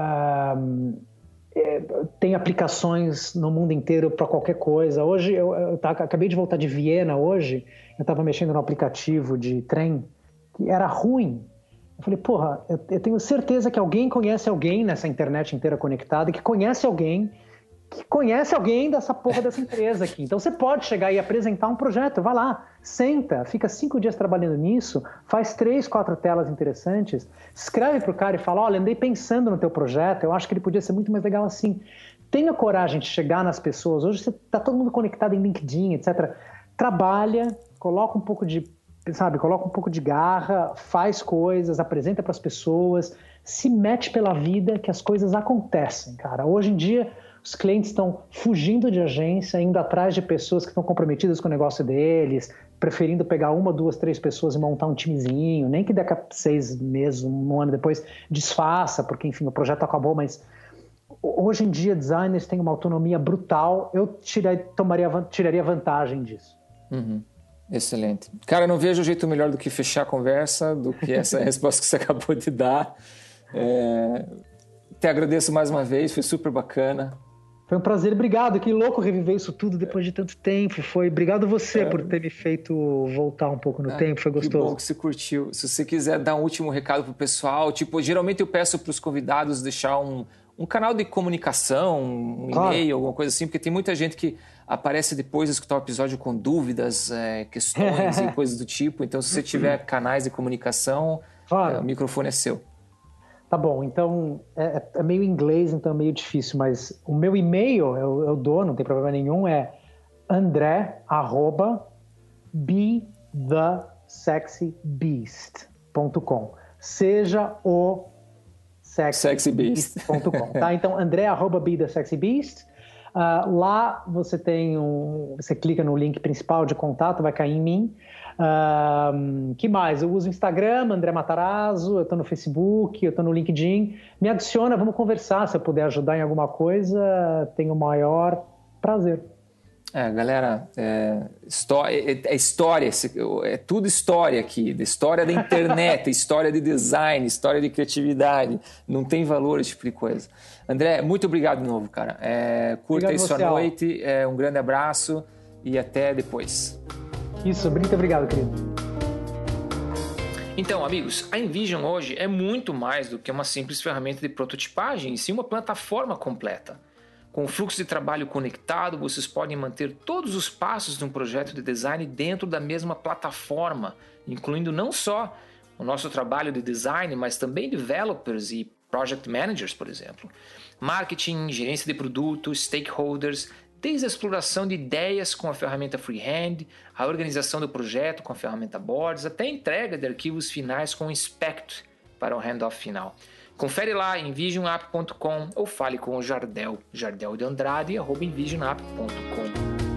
tem aplicações no mundo inteiro para qualquer coisa. Hoje eu acabei de voltar de Viena hoje, eu estava mexendo no aplicativo de trem que era ruim. Eu falei, porra, eu tenho certeza que alguém conhece alguém nessa internet inteira conectada, que conhece alguém dessa porra dessa empresa aqui. Então você pode chegar e apresentar um projeto, vai lá, senta, fica 5 dias trabalhando nisso, faz 3, 4 telas interessantes, escreve pro cara e fala, olha, andei pensando no teu projeto, eu acho que ele podia ser muito mais legal assim. Tenha coragem de chegar nas pessoas, hoje você tá todo mundo conectado em LinkedIn, etc. Trabalha, coloca um pouco de garra, faz coisas, apresenta para as pessoas, se mete pela vida que as coisas acontecem, cara. Hoje em dia os clientes estão fugindo de agência, indo atrás de pessoas que estão comprometidas com o negócio deles, preferindo pegar 1, 2, 3 pessoas e montar um timezinho, nem que daqui a 6 meses, 1 ano depois, desfaça, porque, enfim, o projeto acabou, mas hoje em dia designers têm uma autonomia brutal, eu tiraria vantagem disso. Uhum. Excelente. Cara, eu não vejo jeito melhor do que fechar a conversa, do que essa resposta que você acabou de dar. Te agradeço mais uma vez, foi super bacana. Foi um prazer, obrigado. Que louco reviver isso tudo depois de tanto tempo. Obrigado você por ter me feito voltar um pouco no tempo, foi gostoso. Que bom que você curtiu. Se você quiser dar um último recado pro pessoal, geralmente eu peço para os convidados deixar um canal de comunicação, um e-mail, alguma coisa assim, porque tem muita gente que aparece depois de escutar o episódio com dúvidas, questões e coisas do tipo. Então, se você tiver canais de comunicação, o microfone é seu. Tá bom, então é meio inglês, então é meio difícil, mas o meu e-mail, eu dou, não tem problema nenhum, é andré@bethesexybeast.com. Seja o sexybeast.com, tá? Então, andré@bethesexybeast. Lá você você clica no link principal de contato, vai cair em mim. Que mais? Eu uso o Instagram, André Matarazzo, eu estou no Facebook, eu estou no LinkedIn. Me adiciona, vamos conversar. Se eu puder ajudar em alguma coisa, tenho o maior prazer. Galera, história, é tudo história aqui, história da internet, história de design, história de criatividade, não tem valor esse tipo de coisa. André, muito obrigado de novo, cara. Curta isso à noite, um grande abraço e até depois. Isso, muito obrigado, querido. Então, amigos, a InVision hoje é muito mais do que uma simples ferramenta de prototipagem, e sim uma plataforma completa. Com o fluxo de trabalho conectado, vocês podem manter todos os passos de um projeto de design dentro da mesma plataforma, incluindo não só o nosso trabalho de design, mas também developers e project managers, por exemplo. Marketing, gerência de produtos, stakeholders, desde a exploração de ideias com a ferramenta Freehand, a organização do projeto com a ferramenta Boards, até a entrega de arquivos finais com o Inspect para o handoff final. Confere lá em envisionapp.com ou fale com o Jardel de Andrade, @envisionapp.com.